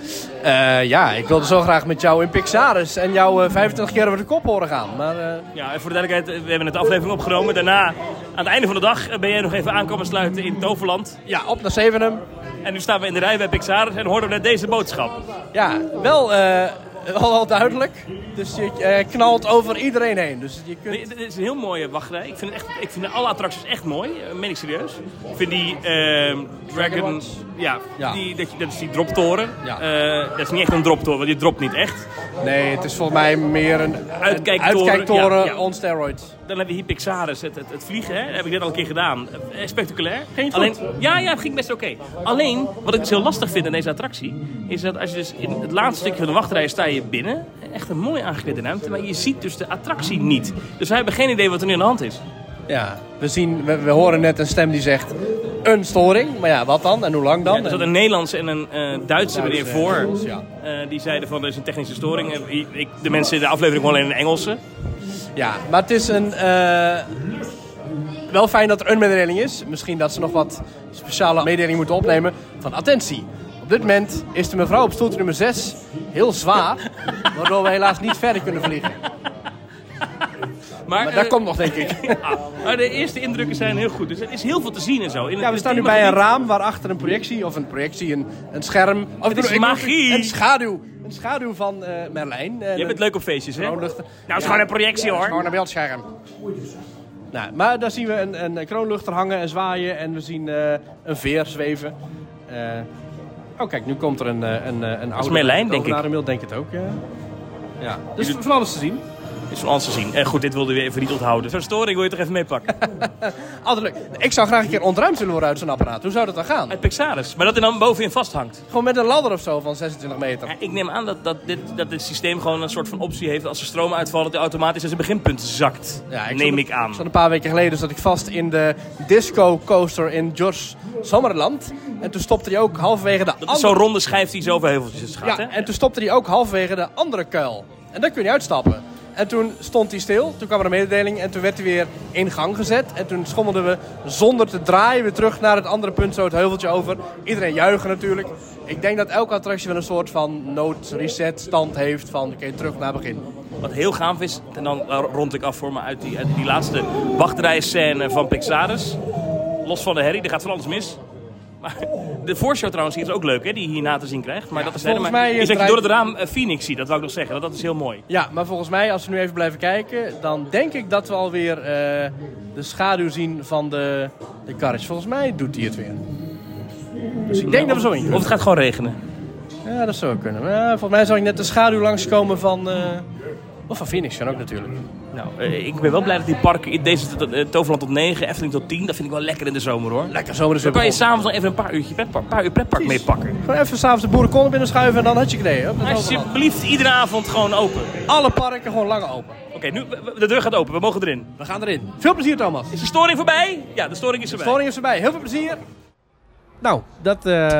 Uh, ja, ik wilde zo graag met jou in Pixarus en jou uh, vijfentwintig keer over de kop horen gaan. Maar, uh... Ja, en voor de duidelijkheid, we hebben het aflevering opgenomen. Daarna, aan het einde van de dag, ben jij nog even aankomen sluiten in Toverland. Ja, op naar Zevenum. En nu staan we in de rij bij Pixarus en hoorden we net deze boodschap. Ja, wel... Uh... Wel, wel duidelijk. Dus je uh, knalt over iedereen heen. Dus je kunt... Dit is een heel mooie wachtrij. Ik vind, echt, ik vind alle attracties echt mooi. Uh, meen ik serieus. Ik vind die uh, Dragon... Ja, ja. Die, dat, dat is die droptoren. Ja. Uh, dat is niet echt een droptoren, want die dropt niet echt. Nee, het is volgens mij meer een uitkijktoren, uitkijktoren ja, ja. on steroids. Dan heb je hier Pixarus, het, het, het vliegen. Hè? Dat heb ik net al een keer gedaan. Uh, spectaculair. Ging het Alleen, goed? Ja, ja, het ging best oké. Okay. Alleen, wat ik dus heel lastig vind aan deze attractie... is dat als je dus in het laatste stukje van de wachtrij sta je binnen... Echt een mooi aangeklede ruimte, maar je ziet dus de attractie niet. Dus wij hebben geen idee wat er nu aan de hand is. Ja, we, zien, we, we horen net een stem die zegt... een storing, maar ja, wat dan en hoe lang dan? Ja, er zat een Nederlandse en een uh, Duitse meneer voor. Ja. Uh, die zeiden van, er is een technische storing. Uh, ik, de mensen in de aflevering gewoon alleen in Engelse. Ja, maar het is een... Uh, wel fijn dat er een mededeling is. Misschien dat ze nog wat speciale mededelingen moeten opnemen. Van attentie. Op dit moment is de mevrouw op stoeltje nummer zes heel zwaar. Waardoor we helaas niet verder kunnen vliegen. Maar, maar dat uh, komt nog, denk ik. Ah, maar de eerste indrukken zijn heel goed. Dus er is heel veel te zien en zo. In ja, we staan nu bij een raam waarachter een projectie, of een projectie, een, een scherm... Of het is ik magie! Een schaduw. Een schaduw van uh, Merlijn. Je bent leuk op feestjes, hè? Nou, het is ja, gewoon een projectie, ja, hoor. Het is gewoon een beeldscherm. Nou, maar daar zien we een, een kroonluchter hangen en zwaaien. En we zien uh, een veer zweven. Uh, oh, kijk, nu komt er een, een, een oude... Merlijn, denk ik. Naar denk ik het ook, ja. Ja, dus van alles te zien. Is van alles te zien. En goed, dit wilden we even niet onthouden. Zo'n storing wil je toch even meepakken? Altijd leuk. Ik zou graag een keer ontruimd willen worden uit zo'n apparaat. Hoe zou dat dan gaan? Uit Pixarus. Maar dat er dan bovenin vasthangt. Gewoon met een ladder of zo van zesentwintig meter. Ja, ik neem aan dat, dat, dit, dat dit systeem gewoon een soort van optie heeft. Als er stroom uitvalt, dat hij automatisch naar zijn beginpunt zakt. Ja, ik neem de, ik aan. Zo'n een paar weken geleden zat ik vast in de disco coaster in George Sommerland. En toen stopte hij ook halverwege de dat andere... is zo'n ronde schijf die zoveel heuveltjes gaat, ja, hè? En toen stopte hij ook halverwege de andere kuil. En daar kun je uitstappen. En toen stond hij stil, toen kwam er een mededeling en toen werd hij weer in gang gezet. En toen schommelden we zonder te draaien weer terug naar het andere punt, zo het heuveltje over. Iedereen juichen natuurlijk. Ik denk dat elke attractie wel een soort van nood-reset stand heeft van oké, terug naar het begin. Wat heel gaaf is, en dan rond ik af voor me uit die, uit die laatste wachtrijscène van Pixarus. Los van de herrie, er gaat van alles mis. Maar de voorshow trouwens hier is ook leuk, hè, die je hierna te zien krijgt. Maar ja, dat is helemaal mij is dat je door het raam uh, Phoenix ziet, dat wou ik nog zeggen. Dat, dat is heel mooi. Ja, maar volgens mij, als we nu even blijven kijken, dan denk ik dat we alweer uh, de schaduw zien van de, de karretjes. Volgens mij doet hij het weer. Dus ik ja, denk of, dat we zo in kunnen. Of het gaat gewoon regenen. Ja, dat zou kunnen. Maar, uh, volgens mij zal ik net de schaduw langskomen van... Uh, of van Phoenix kan ook natuurlijk. Nou, uh, ik ben wel blij dat die parken, deze uh, Toverland tot negen, Efteling tot tien, dat vind ik wel lekker in de zomer, hoor. Lekker zomer de zomer. Dan kan je s'avonds nog even een paar uurtje pretpark, paar uur pretpark meepakken. Gewoon even s'avonds de boerenkool binnen schuiven en dan had je knee. Alsjeblieft, iedere avond gewoon open. Alle parken gewoon lang open. Oké, okay, nu de deur gaat open, we mogen erin. We gaan erin. Veel plezier, Thomas. Is de storing voorbij? Ja, de storing is voorbij. De storing is voorbij. Heel veel plezier. Nou, dat... Uh...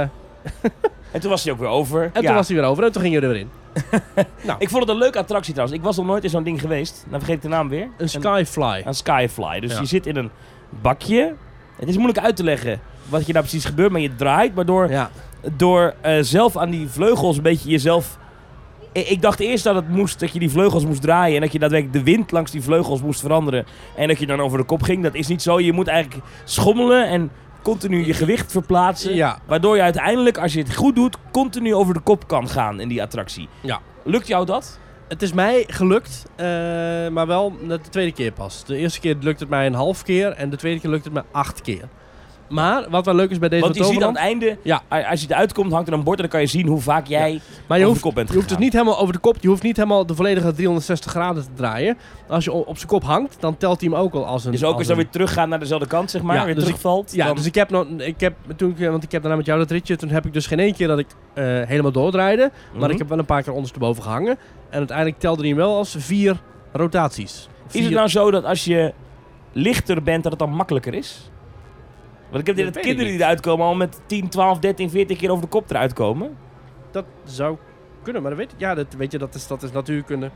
en toen was hij ook weer over. En ja. toen was hij weer over en toen ging je er weer in. Nou. Ik vond het een leuke attractie trouwens. Ik was nog nooit in zo'n ding geweest. Dan vergeet ik de naam weer. Een Skyfly. Een Skyfly. Dus ja. je zit in een bakje. Het is moeilijk uit te leggen wat je nou precies gebeurt. Maar je draait. Maar door, ja. door uh, zelf aan die vleugels een beetje jezelf... Ik dacht eerst dat het moest, dat je die vleugels moest draaien. En dat je daadwerkelijk de wind langs die vleugels moest veranderen. En dat je dan over de kop ging. Dat is niet zo. Je moet eigenlijk schommelen en... continu je gewicht verplaatsen. Ja. Waardoor je uiteindelijk, als je het goed doet, continu over de kop kan gaan in die attractie. Ja. Lukt jou dat? Het is mij gelukt, uh, maar wel de tweede keer pas. De eerste keer lukt het mij een half keer en de tweede keer lukt het mij acht keer. Maar wat wel leuk is bij deze Want je ziet aan Toverland... het einde, Ja. als je eruit komt, hangt er een bord en dan kan je zien hoe vaak jij Ja. Maar je over hoeft, de kop bent je hoeft dus gegaan. niet helemaal over de kop. Je hoeft niet helemaal de volledige driehonderdzestig graden te draaien. Als je o- op zijn kop hangt, dan telt hij hem ook al als een... Dus ook als als je dan een- weer teruggaat naar dezelfde kant, zeg maar, Ja, weer dus ik- terugvalt. Ja, dan... dus ik heb nog... Ik heb, toen ik, want ik heb daarna met jou dat ritje, toen heb ik dus geen één keer dat ik uh, helemaal doordraaide. Maar Mhm. ik heb wel een paar keer ondersteboven gehangen. En uiteindelijk telde hij hem wel als vier rotaties. Vier... Is het nou zo dat als je lichter bent, dat het dan makkelijker is? Want ik heb dit Dat dat weet ik kinderen die niet. eruit komen al met tien, twaalf, dertien, veertien keer over de kop eruit komen. Dat zou kunnen, maar dat weet, ja, dat, weet je, dat is, dat is natuurkunde.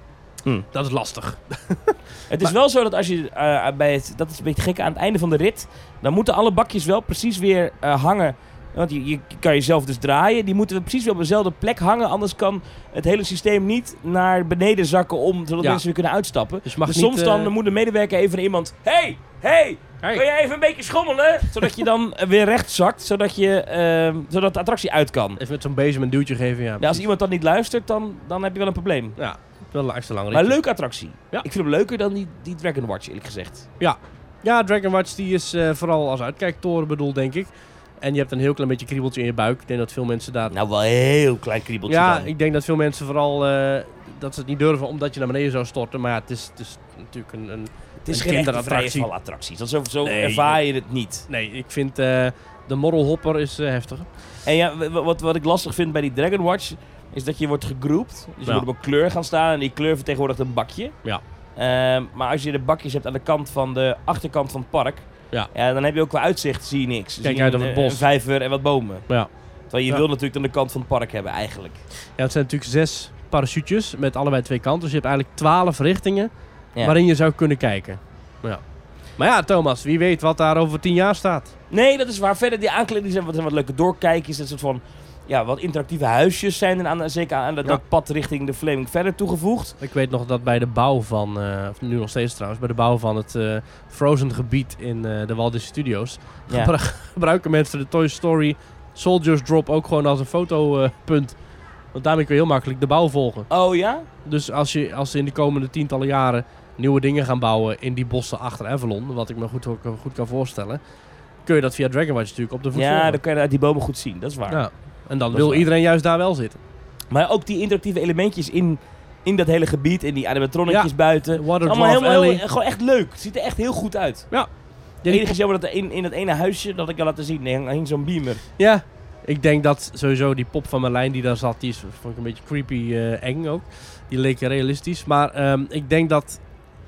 Hm. Dat is lastig. Het is Maar- wel zo dat als je uh, bij het, dat is een beetje gek, aan het einde van de rit, dan moeten alle bakjes wel precies weer uh, hangen. Want je, je kan jezelf dus draaien. Die moeten precies weer op dezelfde plek hangen. Anders kan het hele systeem niet naar beneden zakken om, zodat Ja. mensen weer kunnen uitstappen. Dus je mag dus niet, soms dan eh, moet de medewerker even naar iemand... Hey, hey, Hey. kun je even een beetje schommelen? Zodat je dan uh, weer recht zakt, zodat, je, uh, zodat de attractie uit kan. Even met zo'n bezem een duwtje geven, ja. Ja, als precies. iemand dan niet luistert, dan, dan heb je wel een probleem. Ja, wel een extra lang Maar ritje. een leuke attractie. Ja. Ik vind hem leuker dan die, die Dragon Watch, eerlijk gezegd. Ja, Dragon Watch die is uh, vooral als uitkijktoren bedoeld, denk ik. En je hebt een heel klein beetje kriebeltje in je buik. Ik denk dat veel mensen daar... Nou, wel een heel klein kriebeltje ja, dan. ik denk dat veel mensen vooral... Uh, dat ze het niet durven omdat je naar beneden zou storten. Maar ja, het is, het is natuurlijk een... een Het is een geen echte vrije kinderattractie. valattractie. Dat zo, zo Nee. ervaar je het niet. Nee, ik vind uh, de Morrel Hopper is uh, heftig. En ja, w- wat, wat ik lastig vind bij die Dragon Watch, is dat je wordt gegroept. Dus je Ja. moet op een kleur gaan staan en die kleur vertegenwoordigt een bakje. Ja. Ehm, maar als je de bakjes hebt aan de kant van de achterkant van het park, Ja. ja, dan heb je ook qua uitzicht, zie je niks. Dan Kijk zie je uit op een, het bos. een vijver en wat bomen. Ja. Terwijl je Ja. wil natuurlijk dan de kant van het park hebben eigenlijk. Ja, het zijn natuurlijk zes parachutes met allebei twee kanten. Dus je hebt eigenlijk twaalf richtingen Ja. waarin je zou kunnen kijken. Ja. Maar ja, Thomas, wie weet wat daar over tien jaar staat. Nee, dat is waar. Verder, die aankleding zijn wat, zijn wat leuke doorkijkjes. Dat soort van, ja, wat interactieve huisjes zijn er aan, zeker aan dat, Ja. dat pad richting de Flaming verder toegevoegd. Ik weet nog dat bij de bouw van, uh, of nu nog steeds trouwens, bij de bouw van het uh, Frozen gebied in uh, de Walt Disney Studios, Ja. gebru- gebruiken mensen de Toy Story Soldiers Drop ook gewoon als een fotopunt. Uh, Want daarmee kun je heel makkelijk de bouw volgen. Oh ja? Dus als, je, als ze in de komende tientallen jaren nieuwe dingen gaan bouwen in die bossen achter Avalon, wat ik me goed, goed kan voorstellen, kun je dat via Dragon Watch natuurlijk op de voet Ja, volgen. dan kan je uit die bomen goed zien. Dat is waar. Ja. En dan Dat wil is waar. iedereen juist daar wel zitten. Maar ook die interactieve elementjes in, in dat hele gebied. En die animatronnetjes Ja. buiten. Water Allemaal Dwarf helemaal heel, Alley. gewoon echt leuk. Het ziet er echt heel goed uit. Ja. Het Ja, enige is jammer dat er in, in dat ene huisje, dat ik je laten zien, er hing zo'n beamer. Ja, ik denk dat sowieso die pop van Merlijn die daar zat, die is, vond ik een beetje creepy uh, eng ook. Die leek realistisch. Maar um, ik denk dat,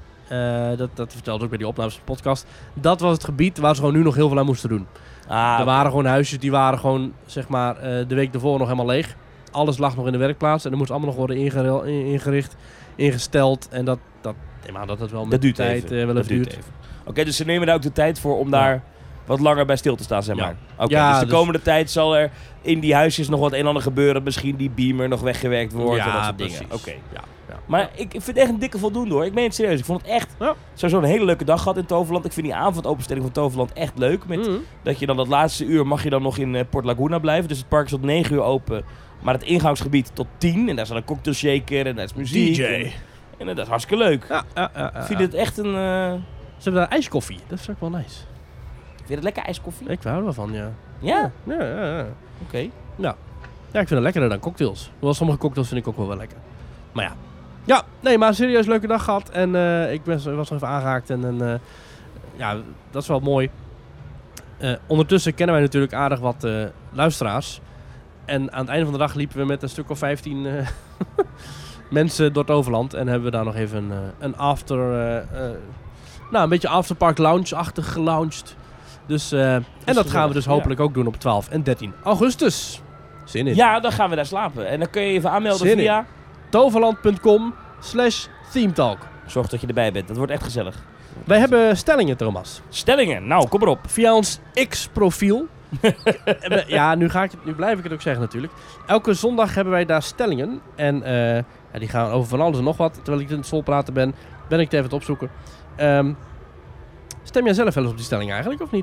uh, dat, dat vertelde ook bij die opnames van de podcast, dat was het gebied waar ze gewoon nu nog heel veel aan moesten doen. Ah, Er waren gewoon huisjes die waren gewoon, zeg maar, uh, de week ervoor nog helemaal leeg. Alles lag nog in de werkplaats en er moest allemaal nog worden ingere- ingericht, ingesteld. En dat, dat, nee, maar dat het wel met dat duurt de tijd even. uh, wel dat even duurt duurt. even. Oké, okay, dus ze nemen daar ook de tijd voor om Ja. daar wat langer bij stil te staan, zeg Ja. maar. Oké, Ja, dus de dus- komende tijd zal er in die huisjes nog wat een en ander gebeuren. Misschien die beamer nog weggewerkt wordt en dat soort dingen. precies. Oké. Ja, ja. Maar ik, ik vind het echt een dikke voldoende hoor. Ik meen het serieus. Ik vond het echt Ja. sowieso een hele leuke dag gehad in Toverland. Ik vind die avondopenstelling van Toverland echt leuk. Met Mm. dat je dan dat laatste uur mag je dan nog in uh, Port Laguna blijven. Dus het park is tot negen uur open. Maar het ingangsgebied tot tien. En daar staat een cocktail shaker en daar is muziek. D J. En, en dat is hartstikke leuk. Ja, ja, ja, ja, Ik vind ja. het echt een... uh, Ze hebben daar ijskoffie. Dat is ook wel nice. vind je het lekker ijskoffie? Ik hou er wel van, ja. Ja? Ja, ja, ja. Oké. Ja, ik vind het lekkerder dan cocktails. Hoewel sommige cocktails vind ik ook wel wel lekker. Maar ja. Ja, nee, maar een serieus leuke dag gehad. En uh, ik ben, was nog even aangehaakt. En, en uh, ja, dat is wel mooi. Uh, ondertussen kennen wij natuurlijk aardig wat uh, luisteraars. En aan het einde van de dag liepen we met een stuk of vijftien uh, mensen door het overland. En hebben we daar nog even uh, een after... Uh, uh, nou, een beetje afterpark lounge-achtig gelaunched. Dus, uh, en dat gaan we gezellig, dus ja. hopelijk ook doen op twaalf en dertien augustus. Zin in. Ja, dan gaan we daar slapen. En dan kun je even aanmelden Zin in. via... toverland.com slash themetalk. Zorg dat je erbij bent. Dat wordt echt gezellig. Wij hebben stellingen, Thomas. Stellingen. Nou, kom erop. Via ons X-profiel. Ja, nu, ga ik het, nu blijf ik het ook zeggen natuurlijk. Elke zondag hebben wij daar stellingen. En uh, ja, die gaan over van alles en nog wat. Terwijl ik in het volpraten ben, ben ik het even aan het opzoeken. Um, stem jij zelf wel eens op die stelling eigenlijk, of niet?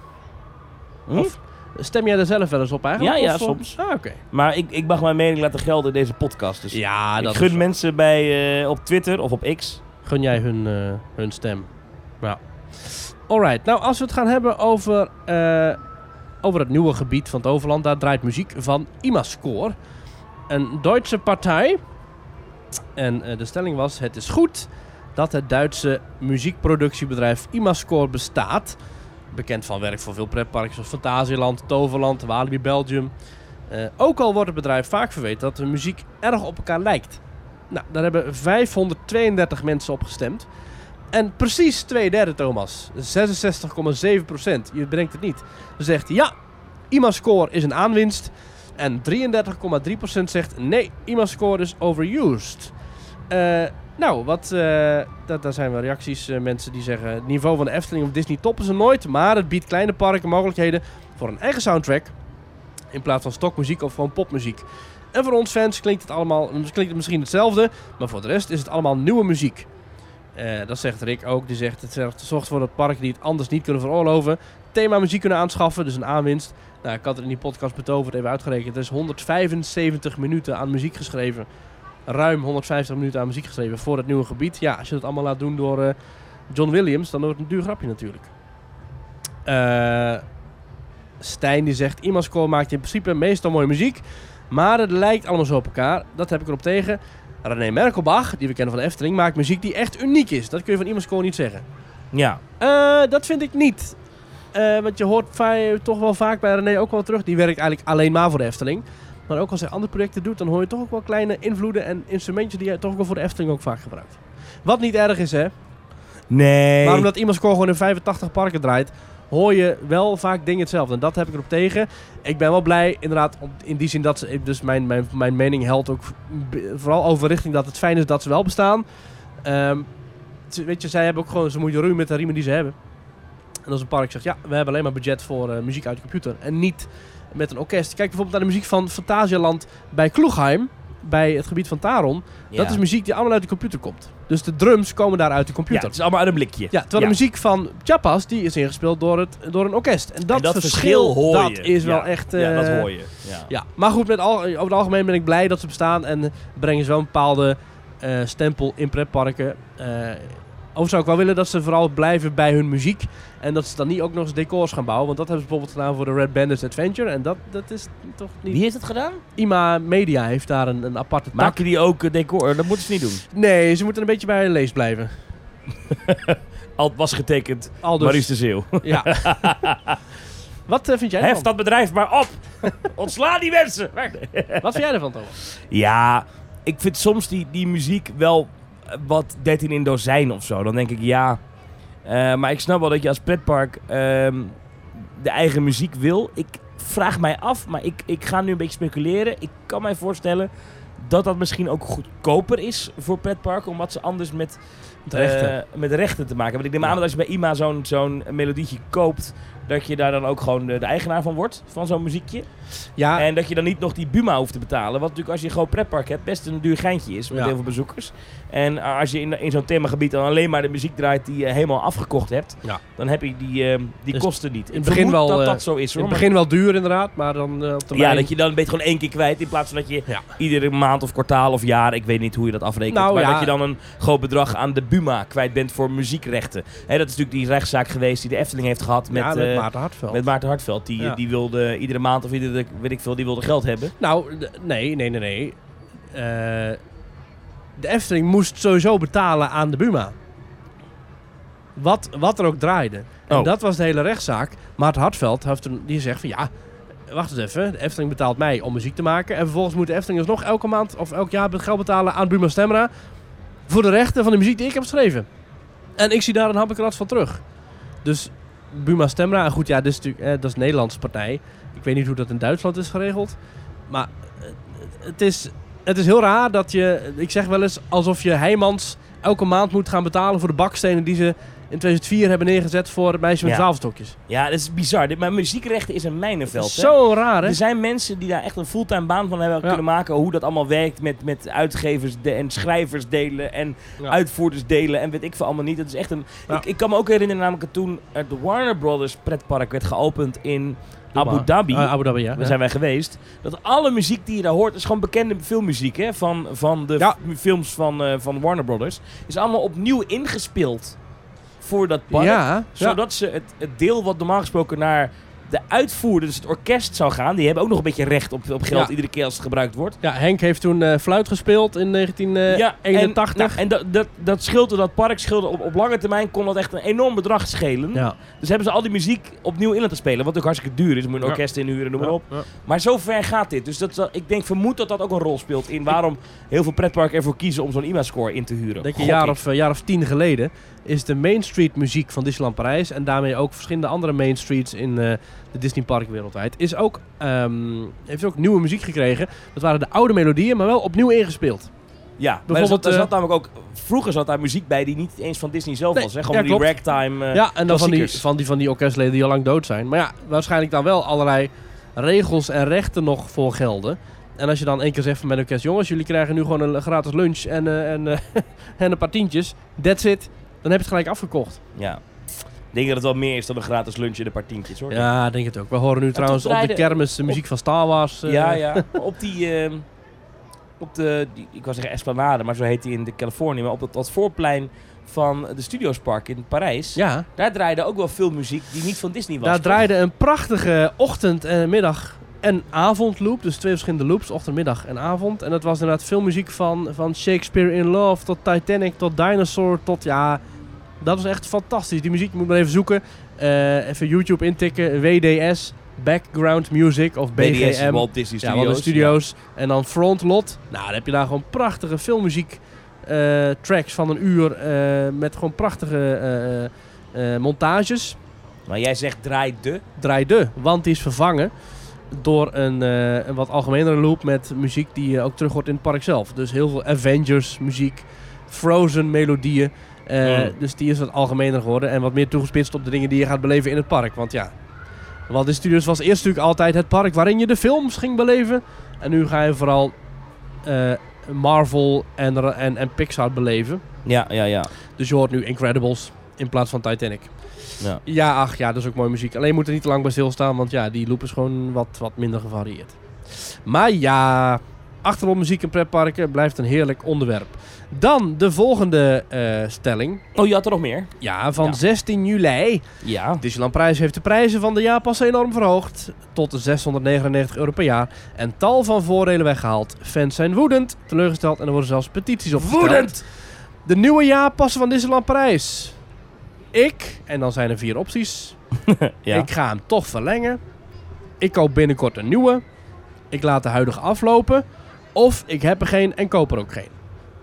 Hm? Of stem jij er zelf wel eens op eigenlijk? Ja, ja, of, uh, soms. Ah, oké. Okay. Maar ik, ik mag mijn mening laten gelden in deze podcast. Dus Ja, ik dat gun is mensen bij, uh, op Twitter of op X. Gun jij hun, uh, hun stem. Ja. Alright, nou als we het gaan hebben over, uh, over het nieuwe gebied van Toverland, daar draait muziek van Imascore. Een Duitse partij. En uh, de stelling was, het is goed dat het Duitse muziekproductiebedrijf Imascore bestaat. Bekend van werk voor veel pretparken zoals Fantasieland, Toverland, Walibi Belgium. Uh, ook al wordt het bedrijf vaak verweten dat de muziek erg op elkaar lijkt. Nou, daar hebben vijfhonderdtweeëndertig mensen op gestemd. En precies twee derde, Thomas. zesenzestig komma zeven procent. Je bedenkt het niet. Zegt ja, Imascore is een aanwinst. En drieëndertig komma drie procent zegt nee, Imascore is overused. Uh, nou, wat, uh, dat, daar zijn wel reacties. Uh, mensen die zeggen, het niveau van de Efteling of Disney toppen ze nooit. Maar het biedt kleine parken mogelijkheden voor een eigen soundtrack. In plaats van stokmuziek of gewoon popmuziek. En voor ons fans klinkt het allemaal klinkt het misschien hetzelfde. Maar voor de rest is het allemaal nieuwe muziek. Uh, dat zegt Rick ook. Die zegt, het zorgt voor dat parken die het anders niet kunnen veroorloven thema muziek kunnen aanschaffen. Dus een aanwinst. Nou, ik had het in die podcast betoverd, even uitgerekend. Er is honderdvijfenzeventig minuten aan muziek geschreven. Ruim honderdvijftig minuten aan muziek geschreven voor het nieuwe gebied. Ja, als je dat allemaal laat doen door uh, John Williams, dan wordt het een duur grapje natuurlijk. Uh, Stijn die zegt, Imascore maakt in principe meestal mooie muziek. Maar het lijkt allemaal zo op elkaar. Dat heb ik erop tegen. René Merkelbach, die we kennen van de Efteling, maakt muziek die echt uniek is. Dat kun je van Imascore niet zeggen. Ja. Uh, dat vind ik niet. Uh, want je hoort va- toch wel vaak bij René ook wel terug. Die werkt eigenlijk alleen maar voor de Efteling. Maar ook als hij andere projecten doet, dan hoor je toch ook wel kleine invloeden en instrumentjes die hij toch ook wel voor de Efteling ook vaak gebruikt. Wat niet erg is, hè? Nee. Maar omdat Imascore gewoon in vijfentachtig parken draait, hoor je wel vaak dingen hetzelfde. En dat heb ik erop tegen. Ik ben wel blij, inderdaad, in die zin dat ze... Dus mijn, mijn, mijn mening helpt ook vooral over richting dat het fijn is dat ze wel bestaan. Um, weet je, zij hebben ook gewoon... Ze moeten ruim met de riemen die ze hebben. En als een park zegt, ja, we hebben alleen maar budget voor uh, muziek uit de computer. En niet met een orkest. Kijk bijvoorbeeld naar de muziek van Phantasialand bij Kloegheim. Bij het gebied van Taron. Ja. Dat is muziek die allemaal uit de computer komt. Dus de drums komen daar uit de computer. Ja, het is allemaal uit een blikje. Ja, terwijl ja. de muziek van Chiapas, die is ingespeeld door, het, door een orkest. En dat, en dat verschil, verschil hoor je. dat is ja. wel echt... Uh, ja, dat hoor je. Ja, ja. Maar goed, met al, over het algemeen ben ik blij dat ze bestaan. En brengen ze wel een bepaalde uh, stempel in pretparken. Uh, Of zou ik wel willen dat ze vooral blijven bij hun muziek. En dat ze dan niet ook nog eens decors gaan bouwen. Want dat hebben ze bijvoorbeeld gedaan voor de Red Bandits Adventure. En dat, dat is toch niet... Wie heeft dat gedaan? I M A Media heeft daar een, een aparte tak. Maken die ook decor? Dat moeten ze niet doen. Nee, ze moeten een beetje bij hun lees blijven. Al was getekend Aldus. Maurice de Zeeuw. Ja. Wat uh, vind jij ervan? Hef dat bedrijf maar op! Ontsla die mensen! Wat vind jij ervan, Thomas? Ja, ik vind soms die, die muziek wel... wat dertien in dozijn of zo. Dan denk ik ja. Uh, maar ik snap wel dat je als pretpark uh, de eigen muziek wil. Ik vraag mij af, maar ik, ik ga nu een beetje speculeren. Ik kan mij voorstellen dat dat misschien ook goedkoper is voor pretparken. Omdat ze anders met, met, rechten. Uh, met rechten te maken hebben. Want ik neem aan dat als je bij I M A zo'n, zo'n melodietje koopt... dat je daar dan ook gewoon de, de eigenaar van wordt, van zo'n muziekje. Ja. En dat je dan niet nog die Buma hoeft te betalen. Wat natuurlijk als je een groot pretpark hebt best een duur geintje is met ja. heel veel bezoekers. En als je in, in zo'n themagebied dan alleen maar de muziek draait die je helemaal afgekocht hebt, ja. dan heb je die, uh, die dus kosten niet. In het begin wel, dat uh, dat zo is. In het begin wel duur inderdaad, maar dan uh, op termijn... Ja, dat je dan een beetje gewoon één keer kwijt in plaats van dat je ja. iedere maand of kwartaal of jaar, ik weet niet hoe je dat afrekent, nou, maar ja. dat je dan een groot bedrag aan de Buma kwijt bent voor muziekrechten. Hè, dat is natuurlijk die rechtszaak geweest die de Efteling heeft gehad met, ja, met uh, Maarten Hartveld. Met Maarten Hartveld. Die, ja. die wilde iedere maand of iedere, weet ik veel, die wilde geld hebben. Nou, d- nee, nee, nee, nee. Uh, de Efteling moest sowieso betalen aan de Buma. Wat, wat er ook draaide. En oh. dat was de hele rechtszaak. Maarten Hartveld heeft een, die zegt van ja, wacht eens even. De Efteling betaalt mij om muziek te maken. En vervolgens moet de Efteling dus nog elke maand of elk jaar geld betalen aan Buma Stemra. Voor de rechten van de muziek die ik heb geschreven. En ik zie daar een happekrat van terug. Dus Buma Stemra, en goed ja, dat is natuurlijk, eh, dat is een Nederlandse partij. Ik weet niet hoe dat in Duitsland is geregeld. Maar uh, het, is, het is heel raar dat je, ik zeg wel eens, alsof je Heijmans elke maand moet gaan betalen voor de bakstenen die ze in tweeduizend vier hebben neergezet voor het meisje met ja. zwavelstokjes. Ja, dat is bizar. Dit, maar muziekrechten is een mijnenveld. Zo raar, hè? Er zijn mensen die daar echt een fulltime baan van hebben ja. kunnen maken. Hoe dat allemaal werkt met, met uitgevers de- en schrijvers delen en Ja. uitvoerders delen en weet ik veel allemaal niet. Dat is echt een... Ja. Ik, ik kan me ook herinneren namelijk toen het Warner Brothers pretpark werd geopend in Doe Abu maar. Dhabi. Uh, Abu Dhabi, ja. Daar ja. zijn wij geweest. Dat alle muziek die je daar hoort, is gewoon bekende filmmuziek, hè? Van, van de Ja. f- films van, uh, van Warner Brothers. Is allemaal opnieuw ingespeeld voor dat park. Ja, zodat ja. ze het, het deel wat normaal gesproken naar de uitvoerder, dus het orkest zou gaan. Die hebben ook nog een beetje recht op, op geld ja. iedere keer als het gebruikt wordt. Ja, Henk heeft toen uh, fluit gespeeld in negentien eenentachtig. Ja, en, nou, en dat, dat, dat scheelde, dat park scheelde op, op lange termijn kon dat echt een enorm bedrag schelen. Ja. Dus hebben ze al die muziek opnieuw in laten spelen. Wat ook hartstikke duur is. Moet je een orkest ja. inhuren, noem maar op. Ja. Ja. Maar zo ver gaat dit. Dus dat, ik denk, vermoed dat dat ook een rol speelt in waarom heel veel pretparken ervoor kiezen om zo'n I M A-score in te huren. Denk je, een jaar of, uh, jaar of tien geleden is de Main Street muziek van Disneyland Parijs en daarmee ook verschillende andere Main Streets in uh, de Disney park wereldwijd, is ook, um, heeft ook nieuwe muziek gekregen. Dat waren de oude melodieën, maar wel opnieuw ingespeeld. Ja, bijvoorbeeld, er zat, er zat namelijk ook, vroeger zat daar muziek bij die niet eens van Disney zelf nee, was. Hè? Gewoon ja, die ragtime uh, Ja, en dan van die, van, die, van die orkestleden die al lang dood zijn. Maar ja, waarschijnlijk dan wel allerlei regels en rechten nog voor gelden. En als je dan één keer zegt van mijn orkest, jongens, jullie krijgen nu gewoon een gratis lunch en, uh, en, uh, en een paar tientjes. That's it. Dan heb je het gelijk afgekocht. Ja. Ik denk dat het wel meer is dan een gratis lunch en een paar tientjes, hoor. Ja, denk het ook. We horen nu ja, trouwens op de kermis de muziek op, van Star Wars. Uh. Ja, ja. op die... Uh, op de... Die, ik wou zeggen Esplanade, maar zo heet die in de Californië. Maar op dat, dat voorplein van de Studiospark in Parijs. Ja. Daar draaide ook wel veel muziek die niet van Disney was. Daar toch? draaide een prachtige ochtend en middag en avondloop. Dus twee verschillende loops, ochtend, middag en avond. En dat was inderdaad veel muziek van, van Shakespeare in Love tot Titanic tot Dinosaur tot ja... Dat was echt fantastisch. Die muziek, je moet maar even zoeken. Uh, even YouTube intikken. W D S, Background Music of B G M. B D S, Walt Disney Studios. Ja, Walt Disney Studios. Ja. En dan Front Lot. Nou, dan heb je daar gewoon prachtige filmmuziek uh, tracks van een uur. Uh, met gewoon prachtige uh, uh, montages. Maar jij zegt draai de? Draai de, want die is vervangen door een, uh, een wat algemenere loop met muziek die uh, ook terug hoort in het park zelf. Dus heel veel Avengers muziek, Frozen melodieën. Uh, mm. Dus die is wat algemener geworden en wat meer toegespitst op de dingen die je gaat beleven in het park. Want ja, Walt Disney Studios was eerst natuurlijk altijd het park waarin je de films ging beleven. En nu ga je vooral uh, Marvel en, en, en Pixar beleven. Ja, ja, ja. Dus je hoort nu Incredibles in plaats van Titanic. Ja, ja ach ja, dat is ook mooie muziek. Alleen moet er niet te lang bij stilstaan, want ja, die loop is gewoon wat, wat minder gevarieerd. Maar ja, achtergrondmuziek in pretparken blijft een heerlijk onderwerp. Dan de volgende uh, stelling. Oh, je had er nog meer? Ja, van ja. zestien juli. Ja. Disneyland Parijs heeft de prijzen van de jaarpassen enorm verhoogd. Tot zeshonderdnegenennegentig euro per jaar. En tal van voordelen weggehaald. Fans zijn woedend, teleurgesteld en er worden zelfs petities opgesteld. Woedend! De nieuwe jaarpassen van Disneyland Parijs. Ik, en dan zijn er vier opties. ja. Ik ga hem toch verlengen. Ik koop binnenkort een nieuwe. Ik laat de huidige aflopen. Of ik heb er geen en koop er ook geen.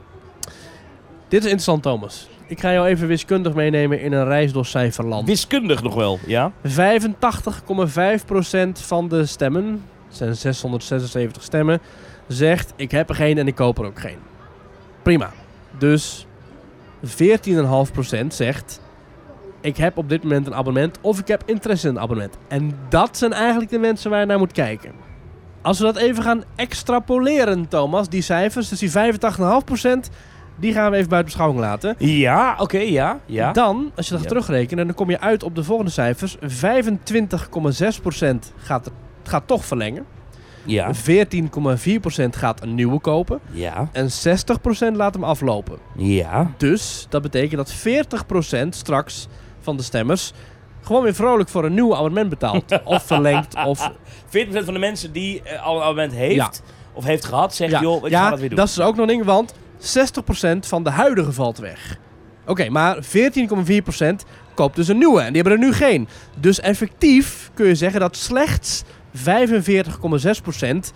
Dit is interessant, Thomas. Ik ga jou even wiskundig meenemen in een reis door cijferland. Wiskundig nog wel, ja? vijfentachtig komma vijf procent van de stemmen, dat zijn zeshonderdzesenzeventig stemmen, zegt ik heb er geen en ik koop er ook geen. Prima. Dus veertien komma vijf procent zegt ik heb op dit moment een abonnement of ik heb interesse in een abonnement. En dat zijn eigenlijk de mensen waar je naar moet kijken. Als we dat even gaan extrapoleren, Thomas, die cijfers, dus die vijfentachtig komma vijf procent... die gaan we even buiten beschouwing laten. Ja, oké, okay, ja, ja. Dan, als je dat ja. terugrekent, dan kom je uit op de volgende cijfers. vijfentwintig komma zes procent gaat, gaat toch verlengen. Ja. veertien komma vier procent gaat een nieuwe kopen. Ja. En zestig procent laat hem aflopen. Ja. Dus dat betekent dat veertig procent straks van de stemmers gewoon weer vrolijk voor een nieuw abonnement betaalt. Of verlengt, of... veertig procent van de mensen die uh, al een abonnement heeft, ja. of heeft gehad, zegt, ja. joh, ik ja, ga dat weer doen. Dat is ook nog een ding, want zestig procent van de huidige valt weg. Oké, okay, maar veertien komma vier procent koopt dus een nieuwe. En die hebben er nu geen. Dus effectief kun je zeggen dat slechts vijfenveertig komma zes procent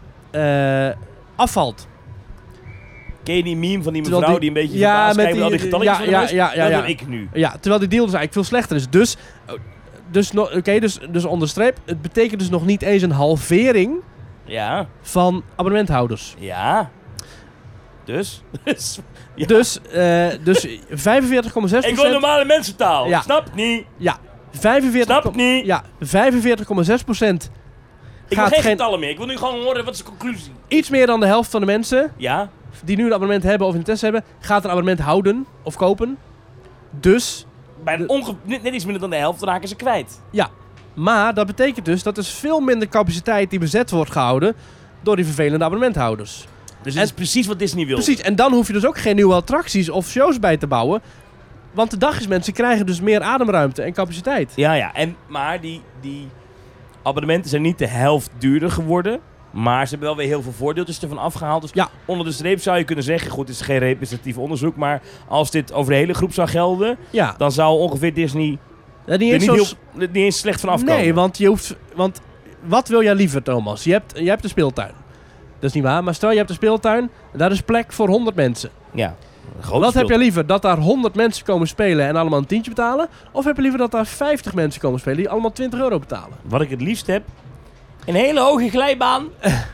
uh, afvalt. Ken je die meme van die mevrouw die, die een beetje ja, verbaasd kijkt met al die getalletjes ja, van de ja, rest? ja, ja, Dat ja. heb ik nu. Ja, terwijl die deal dus eigenlijk veel slechter is. Dus, dus, no, okay, dus, dus onderstreep, het betekent dus nog niet eens een halvering ja. van abonnementhouders. Ja. Dus? ja. Dus, uh, dus vijfenveertig komma zes procent... Ik wil normale mensentaal. Ja. Snap niet. Ja. vijfenveertig Snap niet. Ja, vijfenveertig komma zes procent ik wil geen getallen meer. Ik wil nu gewoon horen, wat is de conclusie? Iets meer dan de helft van de mensen ja. die nu een abonnement hebben of interesse hebben, gaat een abonnement houden of kopen. Dus... Bij een onge- net, net iets minder dan de helft raken ze kwijt. Ja, maar dat betekent dus dat er veel minder capaciteit die bezet wordt gehouden door die vervelende abonnementhouders. Dus dat is precies wat Disney wil. Precies, en dan hoef je dus ook geen nieuwe attracties of shows bij te bouwen. Want de dagjesmensen krijgen dus meer ademruimte en capaciteit. Ja, ja. En, maar die, die abonnementen zijn niet de helft duurder geworden. Maar ze hebben wel weer heel veel voordeeltjes ervan afgehaald. Dus ja. onder de streep zou je kunnen zeggen... Goed, het is geen representatief onderzoek. Maar als dit over de hele groep zou gelden... Ja. Dan zou ongeveer Disney ja, niet, er eens niet, zo... heel, niet eens slecht van afkomen. Nee, want je hoeft... Want wat wil jij liever, Thomas? Je hebt, je hebt een speeltuin. Dat is niet waar. Maar stel, je hebt een speeltuin. En daar is plek voor honderd mensen. Ja. Wat heb je liever? Dat daar honderd mensen komen spelen en allemaal een tientje betalen? Of heb je liever dat daar vijftig mensen komen spelen die allemaal twintig euro betalen? Wat ik het liefst heb... Een hele hoge glijbaan...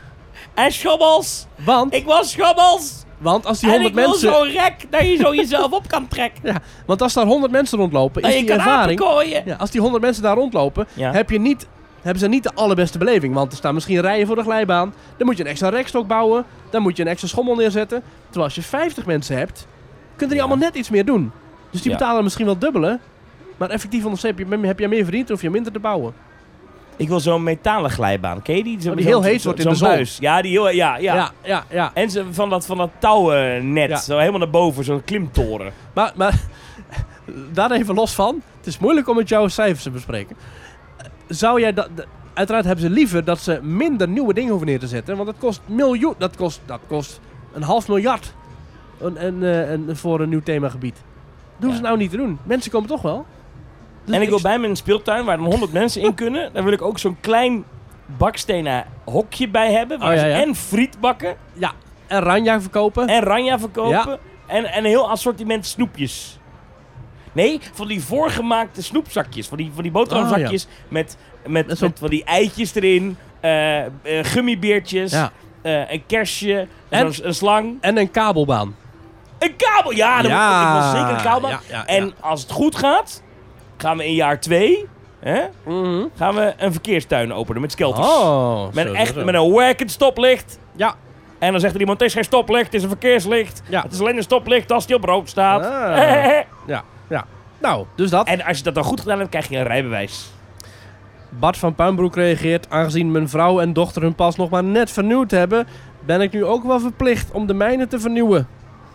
En schommels. Want? Ik was schommels. Want als die honderd mensen... mensen... En ik wil zo'n rek dat je zo jezelf op kan trekken. Ja, want als daar honderd mensen rondlopen, dat is je die kan ervaring... Ja, als die honderd mensen daar rondlopen, ja. heb je niet, hebben ze niet de allerbeste beleving. Want er staan misschien rijen voor de glijbaan. Dan moet je een extra rekstok bouwen. Dan moet je een extra schommel neerzetten. Terwijl als je vijftig mensen hebt, kunnen die ja. allemaal net iets meer doen. Dus die ja. betalen misschien wel dubbele. Maar effectief onderstreep je, heb je meer verdiend of je minder te bouwen. Ik wil zo'n metalen glijbaan. Ken je die? Zo, oh, die heel heet wordt in de zon. Buis. Ja, die heel, ja, ja. ja, ja, ja. En ze, van dat, van dat touwnet. Ja. Zo helemaal naar boven. Zo'n klimtoren. Maar, maar daar even los van. Het is moeilijk om met jouw cijfers te bespreken. Zou jij dat... Uiteraard hebben ze liever dat ze minder nieuwe dingen hoeven neer te zetten. Want dat kost miljoen... Dat kost, dat kost een half miljard. Een, een, een, een, voor een nieuw themagebied. Dat hoeven ja. ze nou niet te doen. Mensen komen toch wel. Dus en ik wil bij mijn speeltuin, waar dan honderd mensen in kunnen, daar wil ik ook zo'n klein bakstenen hokje bij hebben. Waar oh, ja, ja. ze en friet bakken. Ja, en ranja verkopen. En ranja verkopen. Ja. En, en een heel assortiment snoepjes. Nee, van die voorgemaakte snoepzakjes. Van die, van die boterhamzakjes oh, ja. met, met, met, met van die eitjes erin. Uh, uh, gummibeertjes. Ja. Uh, een kersje. En, een, een slang. En een kabelbaan. Een kabel, ja. Dan ja. moet, ik wil zeker een kabelbaan. Ja, ja, ja. En als het goed gaat... gaan we in jaar twee, hè, mm-hmm. gaan we een verkeerstuin openen met skelters. Oh, met, zo, echt, zo. met een werkend stoplicht. Ja. En dan zegt er iemand, het is geen stoplicht, het is een verkeerslicht. Ja. Het is alleen een stoplicht als die op rood staat. Ah. ja, ja. Nou, dus dat. En als je dat dan goed gedaan hebt, krijg je een rijbewijs. Bart van Puinbroek reageert, aangezien mijn vrouw en dochter hun pas nog maar net vernieuwd hebben, ben ik nu ook wel verplicht om de mijne te vernieuwen.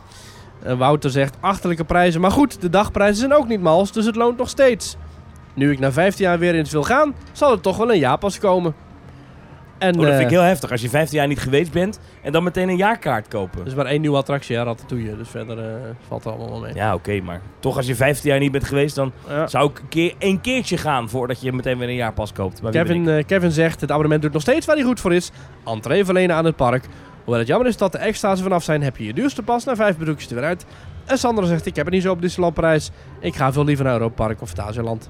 En Wouter zegt, achterlijke prijzen. Maar goed, de dagprijzen zijn ook niet mals, dus het loont nog steeds. Nu ik na vijftien jaar weer eens wil gaan, zal er toch wel een jaarpas komen. En, oh, dat vind ik uh, heel heftig, als je vijftien jaar niet geweest bent en dan meteen een jaarkaart kopen. Er is maar één nieuwe attractie, ja, Ratatouille. Dus verder uh, valt er allemaal wel mee. Ja, oké, okay, maar toch als je vijftien jaar niet bent geweest, dan ja. zou ik een, keer, een keertje gaan voordat je meteen weer een jaarpas koopt. Kevin, uh, Kevin zegt, het abonnement doet nog steeds waar hij goed voor is. Entree verlenen aan het park. Hoewel het jammer is dat de extra's er vanaf zijn, heb je je duurste pas na vijf bezoekjes er weer uit. En Sandra zegt, ik heb het niet zo op Disneyland Parijs. Ik ga veel liever naar Europa Park of Fantasieland.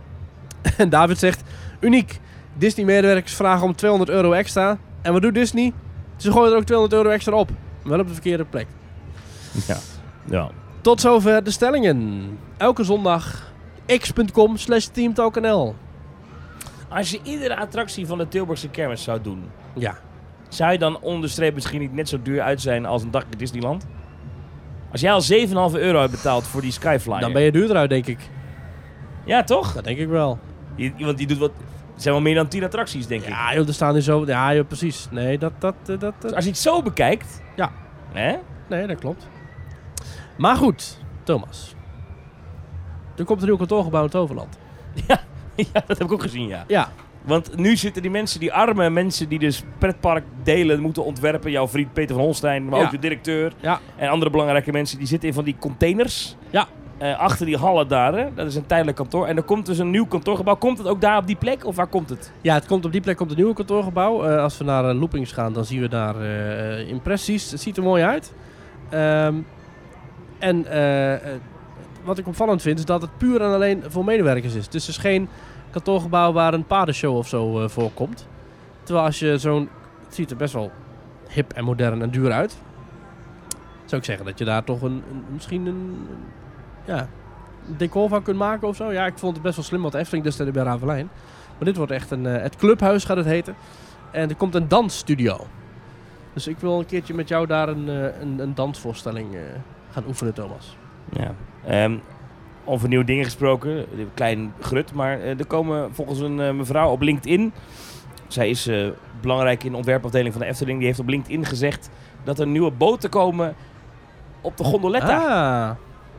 En David zegt, uniek. Disney-medewerkers vragen om tweehonderd euro extra. En wat doet Disney? Ze gooien er ook tweehonderd euro extra op. Wel op de verkeerde plek. Ja. ja. Tot zover de stellingen. Elke zondag x.com slash teamtalknl. Als je iedere attractie van de Tilburgse kermis zou doen... Ja. Zou je dan onder de streep misschien niet net zo duur uit zijn als een dag in Disneyland? Als jij al zeven komma vijf euro hebt betaald voor die Skyflyer... Dan ben je duurder uit, denk ik. Ja, toch? Dat denk ik wel. Je, want die doet wat... Het zijn wel meer dan tien attracties, denk ja, ik. Ja, er staan er zo... Ja, joh, precies. Nee, dat... dat, dat, dat dus als je het zo bekijkt... Ja. Hè? Nee, dat klopt. Maar goed, Thomas. Er komt een nieuw kantoorgebouw in Toverland. Ja, ja, dat heb ik ook gezien, ja. Ja. Want nu zitten die mensen, die arme mensen die dus pretpark delen moeten ontwerpen. Jouw vriend Peter van Holstein, maar ja. ook de directeur. Ja. En andere belangrijke mensen, die zitten in van die containers. Ja. Uh, achter die hallen daar, hè. Dat is een tijdelijk kantoor. En er komt dus een nieuw kantoorgebouw. Komt het ook daar op die plek of waar komt het? Ja, het komt op die plek komt een nieuwe kantoorgebouw. Uh, als we naar uh, Loopings gaan, dan zien we daar uh, impressies. Het ziet er mooi uit. Um, en uh, uh, wat ik opvallend vind, is dat het puur en alleen voor medewerkers is. Dus het is geen kantoorgebouw waar een paardenshow of zo uh, voorkomt. Terwijl als je zo'n... Het ziet er best wel hip en modern en duur uit. Zou ik zeggen dat je daar toch een, een misschien een... Ja, een decor van kunt maken of zo. Ja, ik vond het best wel slim wat Efteling destijds bij Ravelijn. Maar dit wordt echt een... Uh, het clubhuis gaat het heten. En er komt een dansstudio. Dus ik wil een keertje met jou daar een, uh, een, een dansvoorstelling uh, gaan oefenen, Thomas. Ja. Um, over nieuwe dingen gesproken. Klein grut. Maar uh, er komen volgens een uh, mevrouw op LinkedIn... Zij is uh, belangrijk in de ontwerpafdeling van de Efteling. Die heeft op LinkedIn gezegd dat er nieuwe boten komen op de Gondoletta. Ah.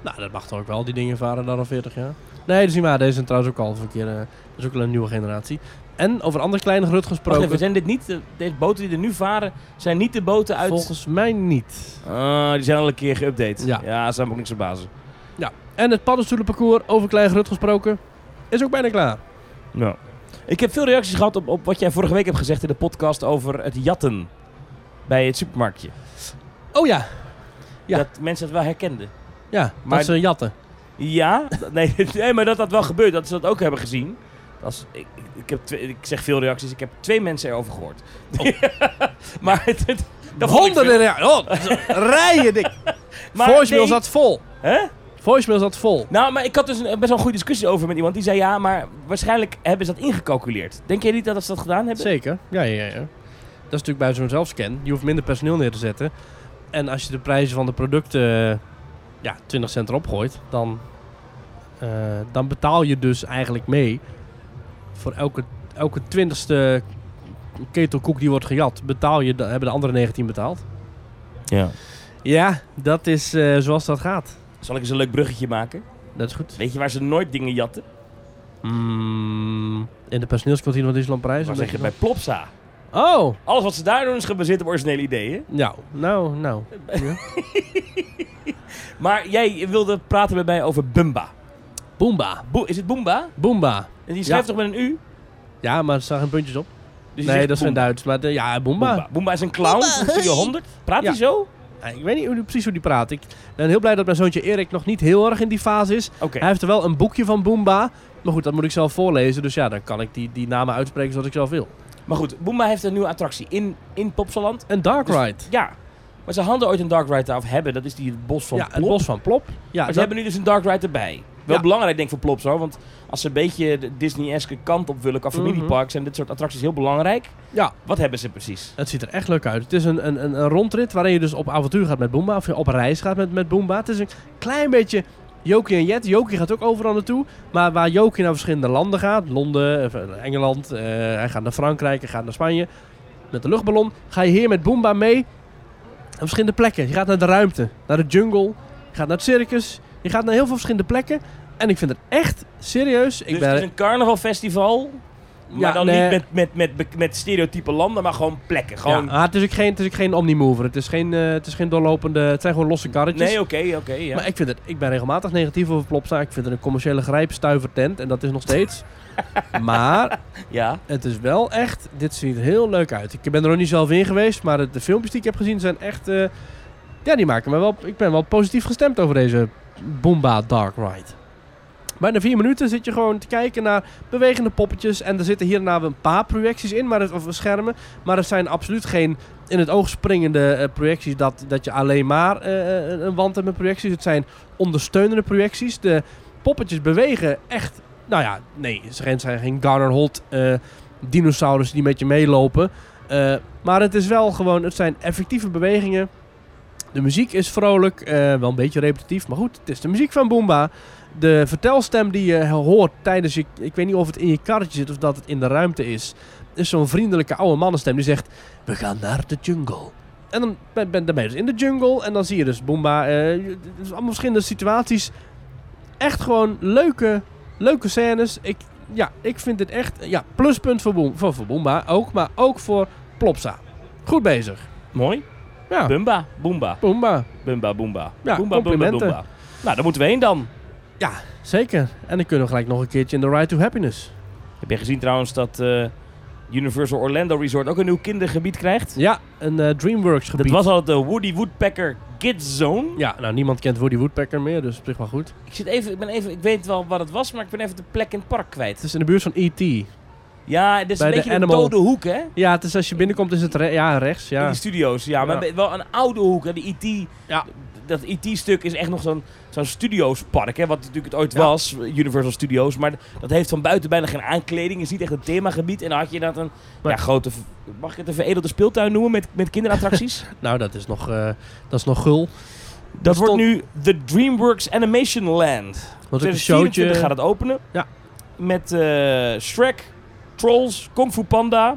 Nou, dat mag toch ook wel. Die dingen varen dan al veertig jaar. Nee, dat is niet waar. Deze zijn trouwens ook al een keer... Uh, dat is ook wel een nieuwe generatie. En over andere kleine gerucht gesproken... Wacht even, zijn dit niet... De, deze boten die er nu varen, zijn niet de boten uit... Volgens mij niet. Uh, die zijn al een keer geüpdate. Ja. Ja, dat zijn ook niks verbazen. Ja. En het paddenstoelenparcours, over klein gerucht gesproken, is ook bijna klaar. Ja. Ik heb veel reacties gehad op, op wat jij vorige week hebt gezegd in de podcast over het jatten bij het supermarktje. Oh ja. Ja. Dat mensen het wel herkenden. Ja, maar dat ze jatten. Ja, nee, nee, maar dat dat wel gebeurt, dat ze dat ook hebben gezien. Dat is, ik, ik, heb twee, ik zeg veel reacties, ik heb twee mensen erover gehoord. Oh. maar het, het, dat honderden reacties. Oh, rijen dik. Voicemail nee. zat vol. Hè? Voicemail zat vol. Nou, maar ik had dus een, best wel een goede discussie over met iemand. Die zei ja, maar waarschijnlijk hebben ze dat ingecalculeerd. Denk jij niet dat ze dat gedaan hebben? Zeker, ja, ja, ja. Dat is natuurlijk bij zo'n zelfscan. Je hoeft minder personeel neer te zetten. En als je de prijzen van de producten ja, twintig cent erop gooit, dan, uh, dan betaal je dus eigenlijk mee voor elke, elke twintigste ketelkoek die wordt gejat. Betaal je, hebben de andere negentien betaald. Ja. Ja, dat is uh, zoals dat gaat. Zal ik eens een leuk bruggetje maken? Dat is goed. Weet je waar ze nooit dingen jatten? Mm, in de personeelskantine van Disneyland Parijs? Waar zeg je bij Plopsa? Oh! Alles wat ze daar doen is gebaseerd op originele ideeën. Nou, nou, nou. Ja. Maar jij wilde praten met mij over Bumba. Boomba. Bo- is het Boomba? Boomba. En die schrijft ja. toch met een U? Ja, maar er staan geen puntjes op. Dus nee, dat is geen Duits. Maar de, ja, Boomba. Boomba. Boomba is een clown van Studio honderd. Praat hij ja. zo? Ja, ik weet niet hoe, precies hoe die praat. Ik ben heel blij dat mijn zoontje Erik nog niet heel erg in die fase is. Okay. Hij heeft er wel een boekje van Boomba. Maar goed, dat moet ik zelf voorlezen. Dus ja, dan kan ik die, die namen uitspreken zoals ik zelf wil. Maar goed, Boomba heeft een nieuwe attractie in, in Plopsaland. Een Dark Ride. Dus, ja. Maar ze hadden ooit een Dark Ride af hebben. Dat is die het bos van ja, Plop. het bos van Plop. Ja, maar ze dat... hebben nu dus een Dark Ride erbij. Wel ja. belangrijk denk ik voor Plop zo. Want als ze een beetje de Disney-eske kant op willen qua familiepark, mm-hmm. zijn dit soort attracties heel belangrijk. Ja. Wat hebben ze precies? Het ziet er echt leuk uit. Het is een, een, een rondrit waarin je dus op avontuur gaat met Boomba. Of je op reis gaat met, met Boomba. Het is een klein beetje Jokie en Jet. Jokie gaat ook overal naartoe. Maar waar Jokie naar verschillende landen gaat. Londen, Engeland. Uh, hij gaat naar Frankrijk. Hij gaat naar Spanje. Met de luchtballon. Ga je hier met Boomba mee. Op verschillende plekken. Je gaat naar de ruimte. Naar de jungle. Je gaat naar het circus. Je gaat naar heel veel verschillende plekken. En ik vind het echt serieus. Dus ik ben... het is een carnavalfestival. Maar ja, dan nee. niet met, met, met, met, met stereotype landen, maar gewoon plekken. Gewoon... Ja, ah, het is ook geen, het is ook geen omnimover. Het is geen, uh, het is geen doorlopende... Het zijn gewoon losse karretjes. Nee, oké, okay, oké. Okay, ja. Maar ik vind het... Ik ben regelmatig negatief over Plopsa. Ik vind het een commerciële grijpstuivertent. En dat is nog steeds. Maar... Ja. Het is wel echt... Dit ziet er heel leuk uit. Ik ben er nog niet zelf in geweest. Maar de, de filmpjes die ik heb gezien zijn echt... Uh, ja, die maken me wel... Ik ben wel positief gestemd over deze Boomba Dark Ride. Bijna vier minuten zit je gewoon te kijken naar bewegende poppetjes. En er zitten hier en daar een paar projecties in, maar het, of schermen. Maar er zijn absoluut geen in het oog springende uh, projecties dat, dat je alleen maar uh, een wand hebt met projecties. Het zijn ondersteunende projecties. De poppetjes bewegen echt... Nou ja, nee, het zijn geen Garner Holt uh, dinosaurussen die met je meelopen. Uh, maar het is wel gewoon... Het zijn effectieve bewegingen. De muziek is vrolijk. Uh, wel een beetje repetitief, maar goed. Het is de muziek van Boomba. De vertelstem die je hoort tijdens je... Ik weet niet of het in je karretje zit of dat het in de ruimte is. Is zo'n vriendelijke oude mannenstem die zegt... We gaan naar de jungle. En dan ben, ben, ben je dus in de jungle. En dan zie je dus Boomba. Uh, dus allemaal verschillende situaties. Echt gewoon leuke, leuke scènes. Ik, ja, ik vind dit echt... Ja, pluspunt voor, Boom, voor, voor Boomba ook. Maar ook voor Plopsa. Goed bezig. Mooi. Ja. Bumba, Boomba. Boomba. Bumba, Boomba. Ja, Boomba, Boomba, Boomba. Nou, daar moeten we heen dan. Ja, zeker. En dan kunnen we gelijk nog een keertje in de Ride to Happiness. Heb je gezien trouwens dat uh, Universal Orlando Resort ook een nieuw kindergebied krijgt? Ja, een uh, Dreamworks gebied. Dat was al de Woody Woodpecker Kids Zone. Ja, nou niemand kent Woody Woodpecker meer, dus op zich wel goed. Ik, zit even, ik, ben even, ik weet wel wat het was, maar ik ben even de plek in het park kwijt. Het is in de buurt van E T Ja, het is bij een beetje animal... een dode hoek, hè? Ja, het is als je binnenkomt is het re- ja, rechts. Ja. In die studio's, ja, maar ja. wel een oude hoek. Hè? De E T, ja. Dat E T-stuk is echt nog zo'n, zo'n studiospark, hè? Wat natuurlijk het ooit ja. was, Universal Studios. Maar dat heeft van buiten bijna geen aankleding. Het is niet echt een themagebied. En dan had je inderdaad een maar, ja, grote, mag ik het een veredelde speeltuin noemen met, met kinderattracties? Nou, dat is nog, uh, dat is nog gul. Dat, dat wordt nu de DreamWorks Animation Land. twintig vierentwintig gaat het openen. Ja. Met uh, Shrek, Trolls, Kung Fu Panda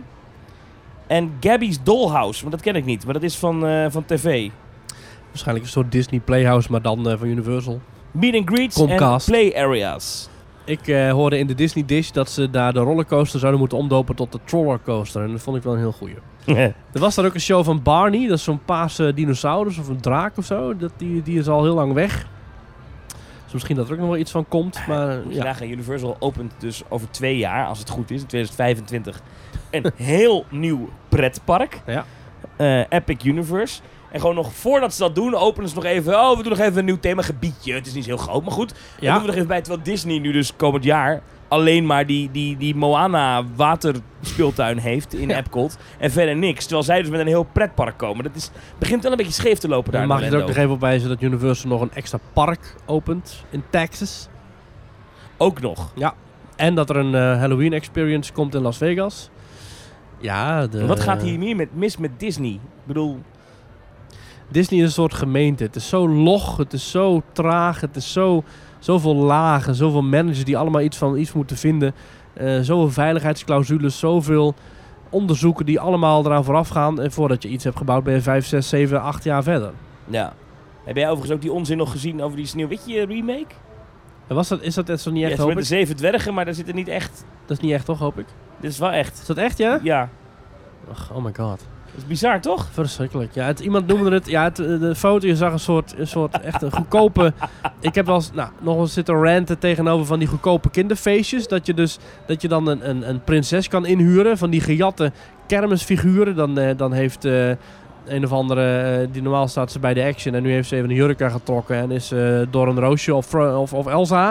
en Gabby's Dollhouse. Maar dat ken ik niet, maar dat is van, uh, van tv. Waarschijnlijk een soort Disney Playhouse, maar dan uh, van Universal. Meet and greets Comcast. en play areas. Ik uh, hoorde in de Disney Dish dat ze daar de rollercoaster zouden moeten omdopen tot de Trollercoaster. En dat vond ik wel een heel goeie. Er was daar ook een show van Barney. Dat is zo'n paarse dinosaurus of een draak of zo. Dat, die, die is al heel lang weg. Dus misschien dat er ook nog wel iets van komt. Maar, Moet je ja. nagaan, Universal opent dus over twee jaar, als het goed is, in twintig vijfentwintig, een heel nieuw pretpark. Ja. Uh, Epic Universe. En gewoon nog voordat ze dat doen, openen ze nog even... Oh, we doen nog even een nieuw themagebiedje. Het is niet heel groot, maar goed. Ja. Dat doen we nog even bij. Terwijl Disney nu dus komend jaar alleen maar die, die, die Moana waterspeeltuin heeft in ja. Epcot. En verder niks. Terwijl zij dus met een heel pretpark komen. Dat is, begint wel een beetje scheef te lopen daar. Dan mag je er ook nog even op wijzen dat Universal nog een extra park opent in Texas. Ook nog? Ja. En dat er een uh, Halloween experience komt in Las Vegas. Ja, de... Wat gaat hier meer met, mis met Disney? Ik bedoel... Disney is een soort gemeente. Het is zo log, het is zo traag, het is zo, zoveel lagen, zoveel managers die allemaal iets van iets moeten vinden. Uh, zoveel veiligheidsclausules, zoveel onderzoeken die allemaal eraan vooraf gaan. En voordat je iets hebt gebouwd ben je vijf, zes, zeven, acht jaar verder. Ja. Heb jij overigens ook die onzin nog gezien over die Sneeuwwitje remake? En was dat, is dat echt zo niet echt, ja, hoop met ik? de zeven dwergen, maar daar zit er niet echt... Dat is niet echt, toch, hoop ik? Dit is wel echt. Is dat echt, ja? Ja. Ach, oh my god. Dat is bizar, toch? Verschrikkelijk. Ja, het, iemand noemde het... Ja, het, de foto, je zag een soort, een soort echt een goedkope... Ik heb wel eens, nou, nog eens zitten ranten tegenover van die goedkope kinderfeestjes. Dat je dus, dat je dan een, een, een prinses kan inhuren van die gejatte kermisfiguren. Dan, uh, dan heeft uh, een of andere... Uh, die normaal staat ze bij de Action en nu heeft ze even een jurk aangetrokken en is uh, door een Roosje of, of, of Elsa.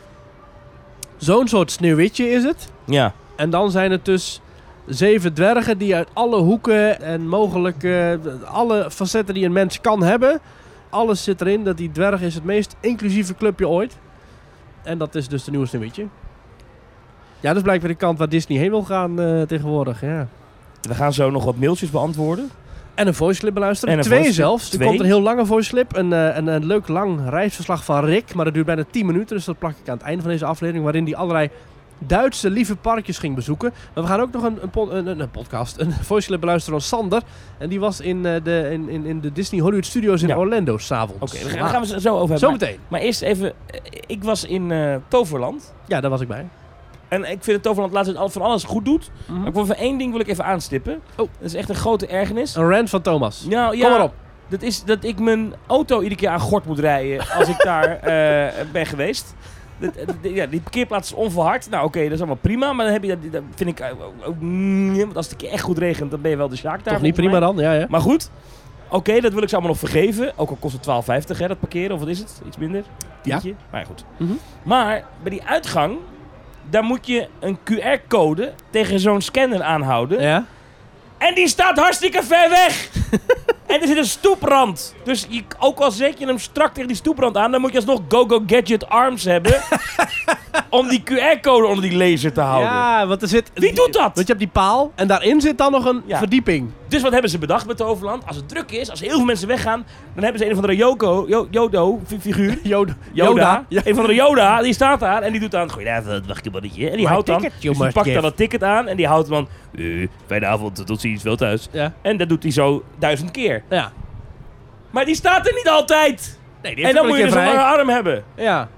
Zo'n soort Sneeuwwitje is het. Ja. En dan zijn het dus... Zeven dwergen die uit alle hoeken en mogelijk uh, alle facetten die een mens kan hebben. Alles zit erin. Dat die dwerg is het meest inclusieve clubje ooit. En dat is dus de nieuwe Sneeuwwitje. Ja, dat is blijkbaar de kant waar Disney heen wil gaan uh, tegenwoordig. Ja. We gaan zo nog wat mailtjes beantwoorden. En een voice clip beluisteren. En een Twee voice zelfs. Twee? Er komt een heel lange voice clip. Een, uh, een, een leuk lang reisverslag van Rick. Maar dat duurt bijna tien minuten. Dus dat plak ik aan het einde van deze aflevering. Waarin die allerlei... Duitse lieve parkjes ging bezoeken. Maar we gaan ook nog een, een, pod, een, een podcast, een voice clip beluisteren van Sander. En die was in, uh, de, in, in, in de Disney Hollywood Studios in ja. Orlando s'avonds. Oké, okay, daar gaan we het zo over hebben. Zometeen. Maar, maar eerst even, ik was in uh, Toverland. Ja, daar was ik bij. En ik vind het Toverland laatst van alles goed doet. Mm-hmm. Maar ik wil even één ding wil ik even aanstippen. Oh. Dat is echt een grote ergernis. Een rant van Thomas. Nou, ja, kom maar op. Dat is dat ik mijn auto iedere keer aan gort moet rijden als ik daar uh, ben geweest. De, de, de, ja, die parkeerplaats is onverhard. Nou oké, okay, dat is allemaal prima. Maar dan heb je dat, dat vind ik ook, ook mm, want als het een keer echt goed regent, dan ben je wel de sjaak daar. Toch niet prima mij. dan? Ja, ja. Maar goed, oké, okay, dat wil ik ze allemaal nog vergeven. Ook al kost het twaalf vijftig hè, dat parkeren. Of wat is het? Iets minder? Tientje? Ja. Maar ja, goed. Mm-hmm. Maar bij die uitgang, daar moet je een Q R-code tegen zo'n scanner aanhouden. Ja. En die staat hartstikke ver weg. En er zit een stoeprand. Dus je, ook al zet je hem strak tegen die stoeprand aan, dan moet je alsnog Go-Go Gadget arms hebben. Om die Q R-code onder die laser te houden. Ja, want er zit... Wie doet dat? Want je hebt die paal en daarin zit dan nog een ja. verdieping. Dus wat hebben ze bedacht met Toverland? Als het druk is, als heel veel mensen weggaan, dan hebben ze een of andere Yoko, Yo, Yodo figuur. Yoda. Yoda. Yoda. Ja. Een of andere Yoda, die staat daar en die doet dan... Goedenavond, wacht een mannetje. En die houdt dan... Dus die pakt dan dat ticket aan en die houdt dan... Uh, fijne avond, tot ziens, wel thuis. Ja. En dat doet hij zo duizend keer. Ja. Maar die staat er niet altijd. Nee, die en dan moet je dus een lange arm hebben. Ja.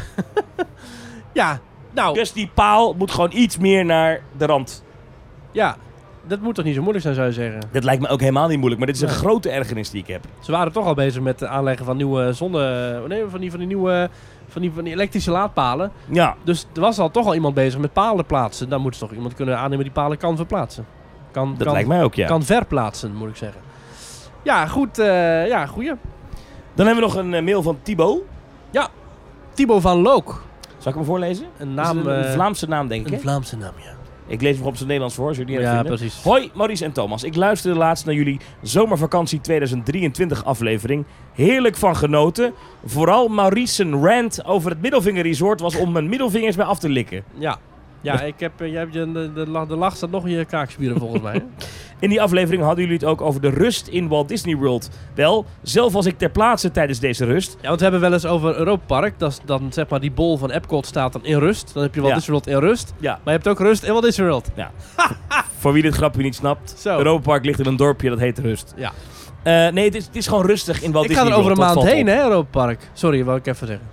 Ja, nou... Dus die paal moet gewoon iets meer naar de rand. Ja, dat moet toch niet zo moeilijk zijn, zou je zeggen? Dat lijkt me ook helemaal niet moeilijk, maar dit is een ja. grote ergernis die ik heb. Ze waren toch al bezig met het aanleggen van nieuwe zonne... Nee, van die, van die nieuwe... Van die, van die elektrische laadpalen. Ja. Dus er was al toch al iemand bezig met palen plaatsen. Dan moet ze toch iemand kunnen aannemen die palen kan verplaatsen. Kan, dat kan, lijkt mij ook, ja. Kan verplaatsen, moet ik zeggen. Ja, goed. Uh, ja, goeie. Dan hebben we nog een uh, mail van Thibaut. Ja, Thibaut van Look. Zal ik hem voorlezen? Een naam... Een, een Vlaamse naam, denk ik. Een Vlaamse naam, ja. Ik lees hem op zijn Nederlands voor, zullen jullie ja, vinden. precies. Hoi, Maurice en Thomas. Ik luisterde laatst naar jullie zomervakantie tweeduizend drieëntwintig aflevering. Heerlijk van genoten. Vooral Maurice's rant over het Middelvinger Resort was om mijn middelvingers mee af te likken. Ja, ja ik heb, jij hebt je, de, de, de lach staat nog in je kaakspieren volgens mij. In die aflevering hadden jullie het ook over de rust in Walt Disney World. Wel, zelf was ik ter plaatse tijdens deze rust. Ja, want we hebben wel eens over Europa Park. Dat is dan zeg maar die bol van Epcot staat dan in rust. Dan heb je Walt ja. Disney World in rust. Ja. Maar je hebt ook rust in Walt Disney World. Ja. Voor wie dit grapje niet snapt. Zo. Europa Park ligt in een dorpje dat heet Rust. Ja. Uh, nee, het is, het is gewoon rustig in Walt ik Disney World. Ik ga er over World, een maand heen, hè, Europa Park. Sorry, wou ik even zeggen.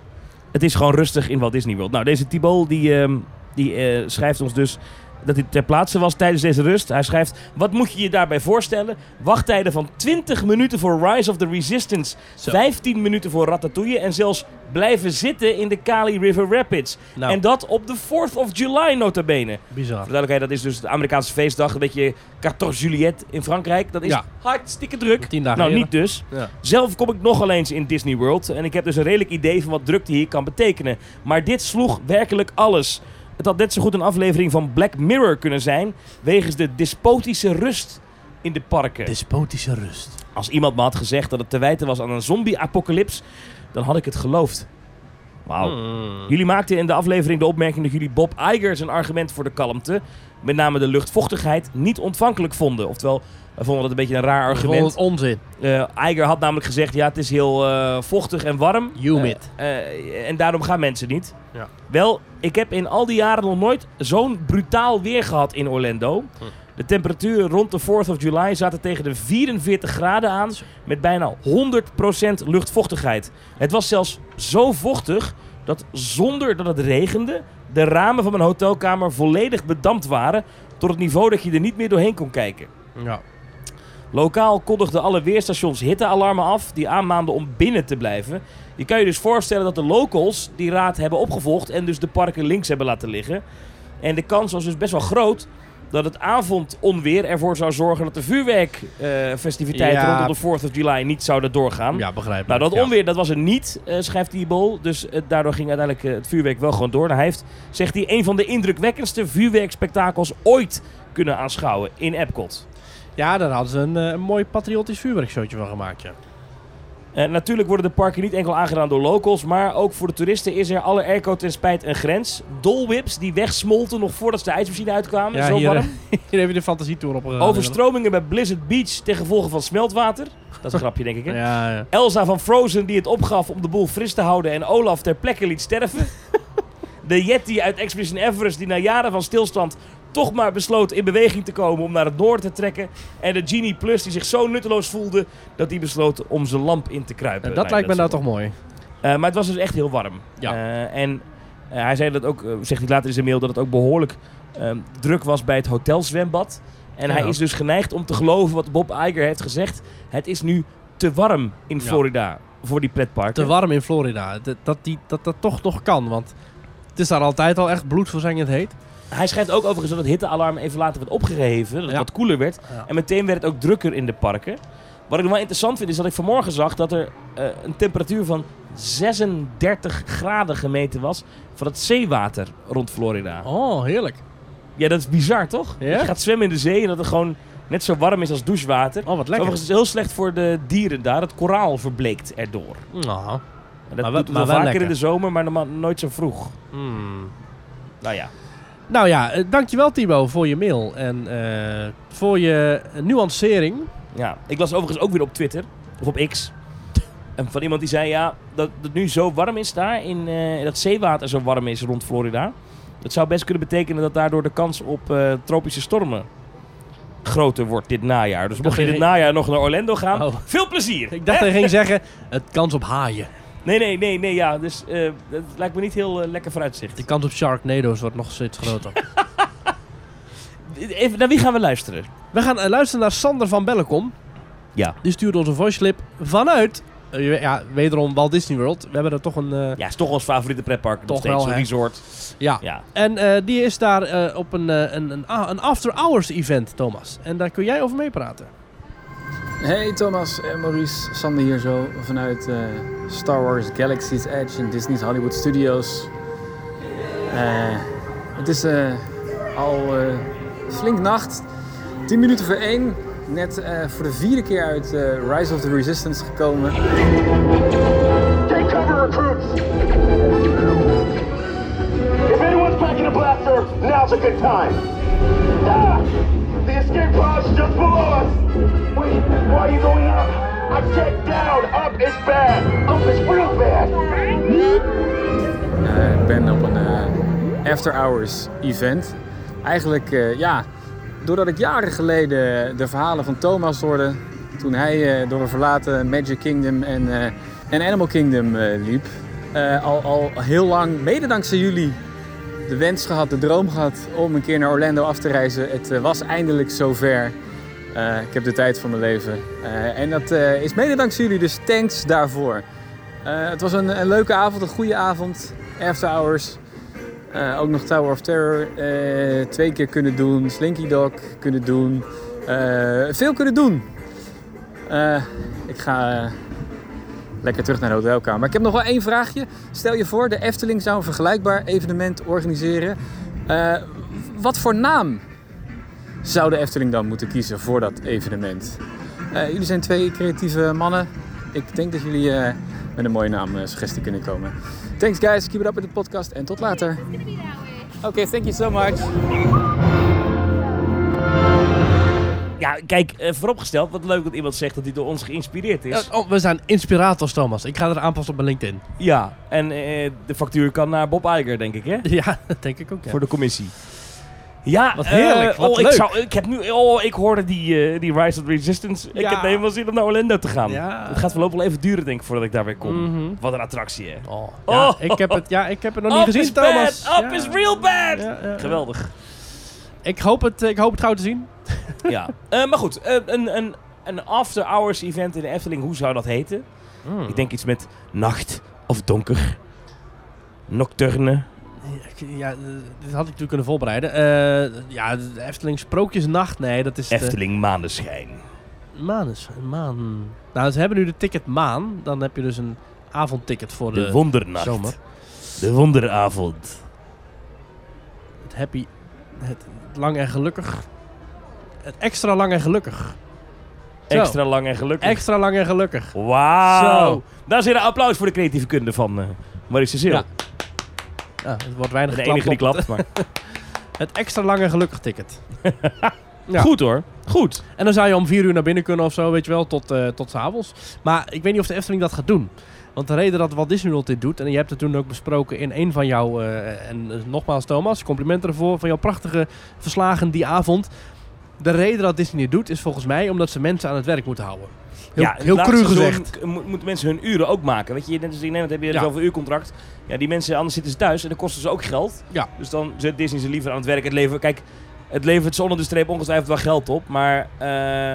Het is gewoon rustig in Walt Disney World. Nou, deze Thibault die, uh, die uh, schrijft ons dus dat hij ter plaatse was tijdens deze rust. Hij schrijft, wat moet je je daarbij voorstellen? Wachttijden van twintig minuten voor Rise of the Resistance. Zo. vijftien minuten voor Ratatouille. En zelfs blijven zitten in de Kali River Rapids. Nou. En dat op de fourth of July nota bene. Bizar. Voor de duidelijkheid, dat is dus de Amerikaanse feestdag. Een beetje quatorze Juillet in Frankrijk. Dat is ja. hartstikke druk. Tien dagen nou, eerder. niet dus. Ja. Zelf kom ik nogal eens in Disney World. En ik heb dus een redelijk idee van wat drukte hier kan betekenen. Maar dit sloeg werkelijk alles. Het had net zo goed een aflevering van Black Mirror kunnen zijn, wegens de despotische rust in de parken. Despotische rust. Als iemand me had gezegd dat het te wijten was aan een zombie-apocalyps, dan had ik het geloofd. Wauw. Mm. Jullie maakten in de aflevering de opmerking dat jullie Bob Iger zijn argument voor de kalmte, met name de luchtvochtigheid, niet ontvankelijk vonden. Oftewel, we vonden dat een beetje een raar argument. We vonden het onzin. Uh, Iger had namelijk gezegd, ja, het is heel uh, vochtig en warm. Humid. Uh, uh, en daarom gaan mensen niet. Ja. Wel, ik heb in al die jaren nog nooit zo'n brutaal weer gehad in Orlando. Hm. De temperaturen rond de fourth of July zaten tegen de vierenveertig graden aan, met bijna honderd procent luchtvochtigheid. Het was zelfs zo vochtig dat zonder dat het regende, de ramen van mijn hotelkamer volledig bedampt waren, tot het niveau dat je er niet meer doorheen kon kijken. Ja. Lokaal kondigden alle weerstations hittealarmen af die aanmaanden om binnen te blijven. Je kan je dus voorstellen dat de locals die raad hebben opgevolgd en dus de parken links hebben laten liggen. En de kans was dus best wel groot dat het avondonweer ervoor zou zorgen dat de vuurwerkfestiviteiten uh, ja. rondom de fourth of July niet zouden doorgaan. Ja, begrijp ik. Nou, dat ja. onweer dat was er niet, uh, schrijft Thibault. Dus uh, daardoor ging uiteindelijk uh, het vuurwerk wel gewoon door. Nou, hij heeft, zegt hij, een van de indrukwekkendste vuurwerkspektakels ooit kunnen aanschouwen in Epcot. Ja, daar hadden ze een, uh, een mooi patriotisch vuurwerkshowtje van gemaakt, ja. Uh, natuurlijk worden de parken niet enkel aangedaan door locals, maar ook voor de toeristen is er alle airco ten spijt een grens. Dolwhips die wegsmolten nog voordat ze de ijsmachine uitkwamen. Ja, zo hier, warm. Hier heb je de fantasietour opgegaan. Overstromingen bij Blizzard Beach ten gevolge van smeltwater. Dat is een grapje, denk ik, hè? Ja, ja. Elsa van Frozen die het opgaf om de boel fris te houden en Olaf ter plekke liet sterven. De Yeti uit Expedition Everest die na jaren van stilstand toch maar besloot in beweging te komen om naar het noorden te trekken. En de Genie Plus die zich zo nutteloos voelde dat hij besloot om zijn lamp in te kruipen. En dat nee, lijkt dat me nou toch mooi. Uh, maar het was dus echt heel warm. Ja. Uh, en uh, hij zei dat ook, uh, zegt hij later in zijn mail, dat het ook behoorlijk uh, druk was bij het hotelzwembad. En ja. hij is dus geneigd om te geloven wat Bob Iger heeft gezegd. Het is nu te warm in Florida ja. voor die pretparken. Te warm in Florida. Dat dat, die, dat dat toch nog kan, want het is daar altijd al echt bloedverzengend heet. Hij schrijft ook overigens dat het hittealarm even later werd opgeheven. Dat het ja. wat koeler werd. Ja. En meteen werd het ook drukker in de parken. Wat ik nog wel interessant vind is dat ik vanmorgen zag dat er uh, een temperatuur van zesendertig graden gemeten was van het zeewater rond Florida. Oh, heerlijk. Ja, dat is bizar toch? Ja? Dat je gaat zwemmen in de zee en dat het gewoon net zo warm is als douchewater. Oh, wat lekker. Overigens is het heel slecht voor de dieren daar. Het koraal verbleekt erdoor. Nou. En dat maar doet het wel vaker lekker in de zomer, maar nooit zo vroeg. Hmm. Nou ja. Nou ja, uh, dankjewel Thibault voor je mail en uh, voor je nuancering. Ja, ik las overigens ook weer op Twitter, of op X, en van iemand die zei ja, dat het nu zo warm is daar, in, uh, dat zeewater zo warm is rond Florida. Dat zou best kunnen betekenen dat daardoor de kans op uh, tropische stormen groter wordt dit najaar. Dus mocht je dit ging... najaar nog naar Orlando gaan, oh. veel plezier! Ik dacht dat hij ging zeggen, het kans op haaien. Nee, nee, nee, nee, ja, dus uh, dat lijkt me niet heel uh, lekker vooruitzicht. De kans op Sharknado's wordt nog steeds groter. Even, naar wie gaan we luisteren? We gaan uh, luisteren naar Sander van Bellekom. Ja. Die stuurde ons een voice clip vanuit, uh, ja, wederom Walt Disney World. We hebben er toch een... Uh, ja, is toch ons favoriete pretpark. Toch wel, zo'n resort. Ja. ja. En uh, die is daar uh, op een, uh, een, een, een after hours event, Thomas. En daar kun jij over meepraten. Hey Thomas en Maurice, Sander hier zo vanuit uh, Star Wars Galaxy's Edge in Disney's Hollywood Studios. Uh, het is uh, al uh, flink nacht, tien minuten voor één, net uh, voor de vierde keer uit uh, Rise of the Resistance gekomen. Take cover, recruits! If anyone's packing a blaster, now's a good time. Ah! The escape pod's just below us! Wait, why are you going up? I said down! Up is bad! Up is real bad! Uh, ik ben op een uh, after hours event. Eigenlijk, uh, ja, doordat ik jaren geleden de verhalen van Thomas hoorde, toen hij uh, door een verlaten Magic Kingdom en, uh, en Animal Kingdom uh, liep, Uh, al, al heel lang, mede dankzij jullie, de wens gehad, de droom gehad om een keer naar Orlando af te reizen. Het uh, was eindelijk zover. Uh, ik heb de tijd van mijn leven. Uh, en dat uh, is mede dankzij jullie, dus thanks daarvoor. Uh, het was een, een leuke avond, een goede avond. After Hours. Uh, ook nog Tower of Terror uh, twee keer kunnen doen. Slinky Dog kunnen doen. Uh, veel kunnen doen. Uh, ik ga uh, lekker terug naar de hotelkamer. Maar ik heb nog wel één vraagje. Stel je voor, de Efteling zou een vergelijkbaar evenement organiseren. Uh, wat voor naam zou de Efteling dan moeten kiezen voor dat evenement? Uh, jullie zijn twee creatieve mannen. Ik denk dat jullie uh, met een mooie naam uh, suggestie kunnen komen. Thanks guys, keep it up with the podcast en tot later. Oké, okay, thank you so much. Ja, kijk, uh, vooropgesteld, wat leuk dat iemand zegt dat hij door ons geïnspireerd is. Ja, oh, we zijn inspirators, Thomas. Ik ga er aanpassen op mijn LinkedIn. Ja, en uh, de factuur kan naar Bob Iger, denk ik, hè? Ja, dat denk ik ook, ja. Voor de commissie. Ja, wat heerlijk, uh, wat oh, leuk. Ik, zou, ik, heb nu, oh, ik hoorde die, uh, die Rise of the Resistance. Ik ja. heb helemaal zin om naar Orlando te gaan. Ja. Het gaat voorlopig wel even duren, denk ik, voordat ik daar weer kom. Mm-hmm. Wat een attractie, hè. Oh. Ja, Oh. ik heb het, ja, ik heb het nog niet Up gezien, is Thomas. bad. Up ja. is real bad. Ja, ja, ja. Geweldig. Ik hoop het, ik hoop het gauw te zien. Ja, uh, maar goed. Uh, een, een, een after-hours event in de Efteling, hoe zou dat heten? Mm. Ik denk iets met nacht of donker. Nocturne. Ja, dit had ik natuurlijk kunnen voorbereiden. Uh, ja, de Efteling Sprookjesnacht, nee, dat is Efteling de... Maneschijn. Maan is maan. Nou, ze hebben nu de ticket maan. Dan heb je dus een avondticket voor de, de wondernacht. Zomer. De wonderavond. Het happy, het lang en gelukkig. Het extra lang en gelukkig. Zo. Extra lang en gelukkig. Extra lang en gelukkig. Wauw. Zo. Daar zit een applaus voor de creatieve kunde van uh, Maurice Cecile. Ja. Ja, het wordt weinig de geklapt. enige die op klapt, maar... Het extra lang en gelukkig ticket. Ja. Goed hoor. Goed. En dan zou je om vier uur naar binnen kunnen of zo, weet je wel, tot, uh, tot 's avonds. Maar ik weet niet of de Efteling dat gaat doen. Want de reden dat Walt Disney World dit doet, en je hebt het toen ook besproken in een van jouw, uh, en uh, nogmaals Thomas, complimenten ervoor, van jouw prachtige verslagen die avond. De reden dat Disney dit doet is volgens mij omdat ze mensen aan het werk moeten houden. Heel, ja, heel cru gezegd. K- moeten mensen hun uren ook maken. Weet je, net als in Nederland heb je Ja. zoveel uurcontract. Ja, die mensen, anders zitten ze thuis en dan kosten ze ook geld. Ja. Dus dan zet Disney ze liever aan het werk. Het levert, kijk, het levert ze onder de streep ongetwijfeld wel geld op. Maar uh,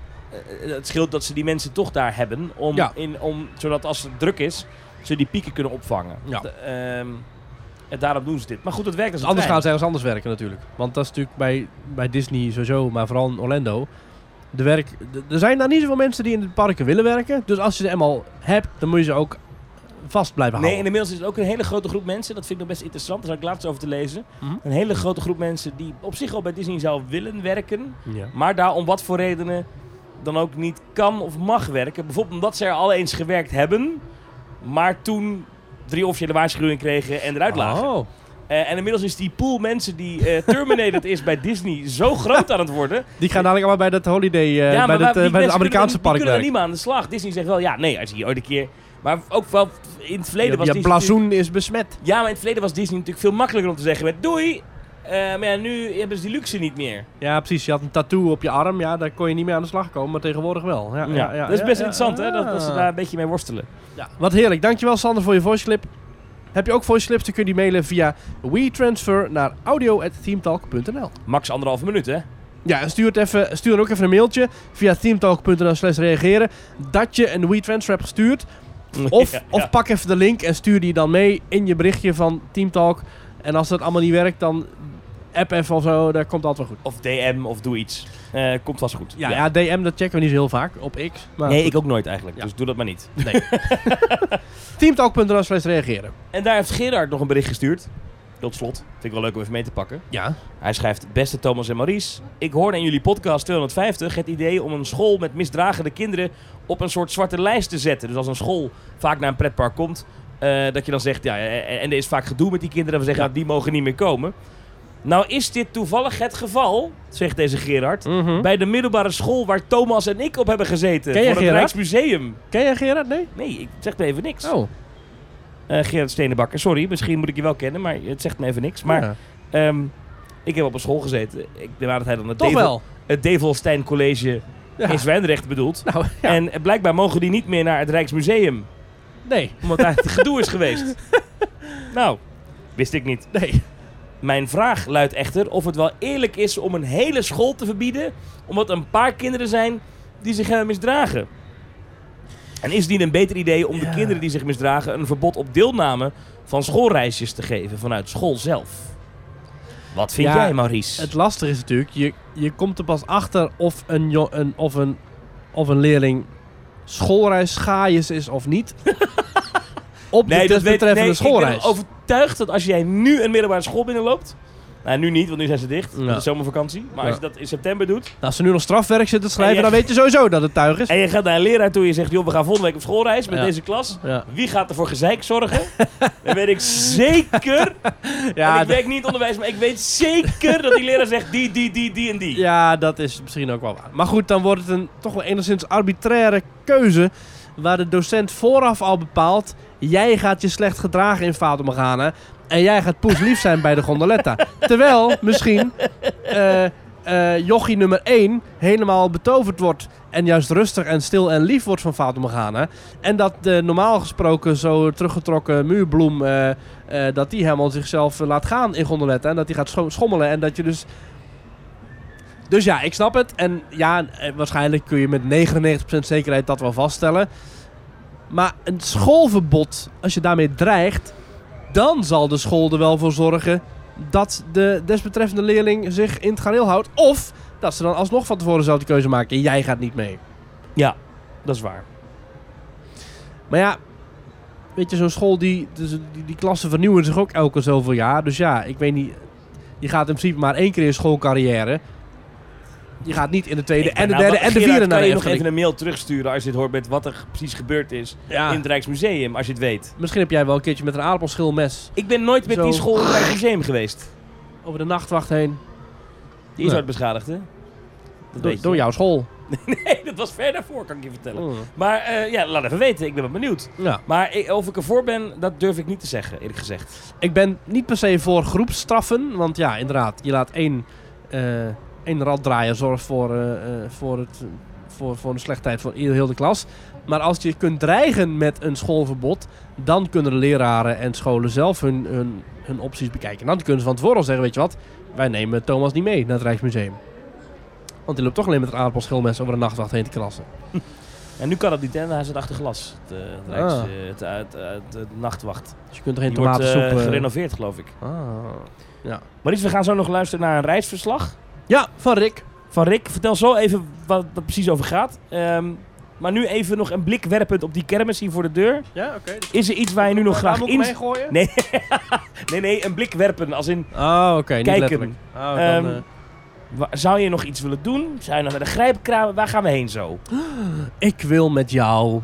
het scheelt dat ze die mensen toch daar hebben. Om, Ja. in, om, zodat als het druk is, ze die pieken kunnen opvangen. Ja. De, um, en daarom doen ze dit. Maar goed, het werkt als Dus een anders gaan trein. ze ergens anders werken natuurlijk. Want dat is natuurlijk bij, bij Disney sowieso, maar vooral in Orlando. De werk, d- er zijn daar niet zoveel mensen die in de parken willen werken. Dus als je ze eenmaal hebt, dan moet je ze ook vast blijven Nee, en houden. inmiddels is er ook een hele grote groep mensen, dat vind ik nog best interessant, daar zou ik laatst over te lezen. Mhm. Een hele grote groep mensen die op zich al bij Disney zou willen werken, Ja. maar daar om wat voor redenen dan ook niet kan of mag werken. Bijvoorbeeld omdat ze er al eens gewerkt hebben, maar toen drie officiële waarschuwingen kregen en eruit lagen. Oh. Uh, en inmiddels is die pool mensen die uh, terminated is bij Disney zo groot aan het worden. Die gaan dadelijk allemaal bij dat holiday, uh, Ja, bij, maar dat, waar- uh, die bij het mensen Amerikaanse kunnen, park die kunnen er werken. niet meer aan de slag. Disney zegt wel, ja, nee, als je hier ooit een keer... Maar ook wel in het verleden Je, was je Disney... blazoen is besmet. Ja, maar in het verleden was Disney natuurlijk veel makkelijker om te zeggen met doei. Uh, maar ja, nu hebben ze die luxe niet meer. Ja, precies. Je had een tattoo op je arm. Ja, daar kon je niet mee aan de slag komen, maar tegenwoordig wel. Ja, Ja, ja, ja, dat is ja, best ja, interessant, hè, dat, dat ze ah. daar een beetje mee worstelen. Ja, wat heerlijk. Dankjewel Sander voor je voice clip. Heb je ook voice clips, dan kun je die mailen via WeTransfer naar audio at themetalk punt n l. Max anderhalve minuut, hè? Ja, en stuur, het even, stuur dan ook even een mailtje via themetalk punt n l slash reageren dat je een WeTransfer hebt gestuurd. Of, Ja, of ja. pak even de link en stuur die dan mee in je berichtje van Teamtalk. En als dat allemaal niet werkt, dan app even of zo, dat komt altijd wel goed. Of D M of doe iets. Uh, komt vast goed. Ja, ja. D M, dat checken we niet zo heel vaak op X. Maar Nee, goed. ik ook nooit eigenlijk, Ja. dus doe dat maar niet. Nee. Teamtalk punt n l slash reageren. En daar heeft Gerard nog een bericht gestuurd. Tot slot, vind ik wel leuk om even mee te pakken. Ja. Hij schrijft, beste Thomas en Maurice, ik hoorde in jullie podcast tweehonderdvijftig het idee om een school met misdragende kinderen op een soort zwarte lijst te zetten. Dus als een school vaak naar een pretpark komt, uh, dat je dan zegt, ja, en er is vaak gedoe met die kinderen, we zeggen, Ja. nou, die mogen niet meer komen. Nou is dit toevallig het geval, zegt deze Gerard, Mhm. bij de middelbare school waar Thomas en ik op hebben gezeten. Ken je voor het Gerard? Rijksmuseum. Ken jij Gerard? Nee? Nee, ik zeg me even niks. Oh. Uh, Gerard Stenenbakker, sorry, misschien moet ik je wel kennen, maar het zegt me even niks. Maar Ja. um, ik heb op een school gezeten. Ik ben aan dat hij dan het Toch Devel, wel. het Develstein College Ja. in Zwijndrecht bedoelt. Nou, ja. En blijkbaar mogen die niet meer naar het Rijksmuseum. Nee. Omdat daar het gedoe is geweest. Nou, wist ik niet. Nee. Mijn vraag luidt echter of het wel eerlijk is om een hele school te verbieden, omdat er een paar kinderen zijn die zich hebben misdragen. En is het niet een beter idee om ja. de kinderen die zich misdragen een verbod op deelname van schoolreisjes te geven vanuit school zelf? Wat vind ja, jij, Maurice? Het lastige is natuurlijk, je, je komt er pas achter of een, jo- een, of een, of een leerling schoolreisgaaiers is of niet. Op nee, de dat desbetreffende nee, schoolreis. Ik ben overtuigd dat als jij nu een middelbare school binnenloopt... Nou, nu niet, want nu zijn ze dicht. Ja. Dat is zomervakantie. Maar Ja. als je dat in september doet... Als ze nu nog strafwerk zitten te schrijven, En je- dan weet je sowieso dat het tuig is. En je gaat naar een leraar toe en je zegt... joh, we gaan volgende week op schoolreis met Ja. deze klas. Ja. Wie gaat er voor gezeik zorgen? Dan weet ik zeker... Ja, en ik d- werk niet in het onderwijs, maar ik weet zeker dat die leraar zegt... die, die, die, die en die. ja, dat is misschien ook wel waar. Maar goed, dan wordt het een toch wel enigszins arbitraire keuze... waar de docent vooraf al bepaalt... jij gaat je slecht gedragen in Fata Morgana... en jij gaat poeslief zijn bij de gondoletta. Terwijl misschien uh, uh, jochie nummer één helemaal betoverd wordt... en juist rustig en stil en lief wordt van Fata Morgana. En dat de normaal gesproken zo teruggetrokken muurbloem... Uh, uh, dat die helemaal zichzelf uh, laat gaan in gondoletta... en dat die gaat scho- schommelen en dat je dus... Dus ja, ik snap het. En ja, eh, waarschijnlijk kun je met negenennegentig procent zekerheid dat wel vaststellen. Maar een schoolverbod, als je daarmee dreigt... dan zal de school er wel voor zorgen... dat de desbetreffende leerling zich in het gareel houdt. Of dat ze dan alsnog van tevoren zelf de keuze maken... en jij gaat niet mee. Ja, dat is waar. Maar ja, weet je, zo'n school... die, dus die, die klassen vernieuwen zich ook elke zoveel jaar. Dus ja, ik weet niet... je gaat in principe maar één keer in je schoolcarrière... Je gaat niet in de tweede en de Nou, derde wat- en de Gerard, vierde naar kan de je nog Efteling. even een mail terugsturen als je het hoort met wat er precies gebeurd is Ja. in het Rijksmuseum, als je het weet. Misschien heb jij wel een keertje met een aardappelschilmes Ik ben nooit met Zo. die school in het Rijksmuseum geweest. over de nachtwacht heen. Die is Nee. hard beschadigd, hè? Dat Door, weet je. door jouw school. Nee, dat was ver daarvoor, kan ik je vertellen. Oh. Maar eh, ja, laat even weten. Ik ben wel benieuwd. Ja. Maar ik- of ik ervoor ben, dat durf ik niet te zeggen, eerlijk gezegd. Ik ben niet per se voor groepsstraffen. Want ja, inderdaad, je laat één, uh, één raddraaier zorgen voor, uh, uh, voor, het, voor, voor de slechtheid van ieder- heel de klas. Maar als je kunt dreigen met een schoolverbod... dan kunnen de leraren en scholen zelf hun, hun, hun opties bekijken. Dan kunnen ze van tevoren al zeggen, weet je wat... wij nemen Thomas niet mee naar het Rijksmuseum. Want die loopt toch alleen met een aardappelschilmes over de nachtwacht heen te krassen. En nu kan dat niet, hè? Hij zit achter glas. Het, uh, het, Rijks, Ah. uh, het, uh, het, uh, het, uh, nachtwacht. Dus je kunt er geen Die wordt tomatensoep... uh, uh, gerenoveerd, geloof ik. ah, ja. Maurice, we gaan zo nog luisteren naar een reisverslag ja, van Rick. van Rick. Vertel zo even wat het precies over gaat. Um, maar nu even nog een blik werpend op die kermis hier voor de deur. Ja, oké. Okay. Is er iets waar je nu nog graag in... gooien? Nee. nee, nee, een blik werpen. Als in, Oh, oké. Okay, niet kijken. letterlijk. Oh, dan, Ehm, uh... wa- zou je nog iets willen doen? Zou je nog naar de grijpkraam? Waar gaan we heen zo? Ik wil met jou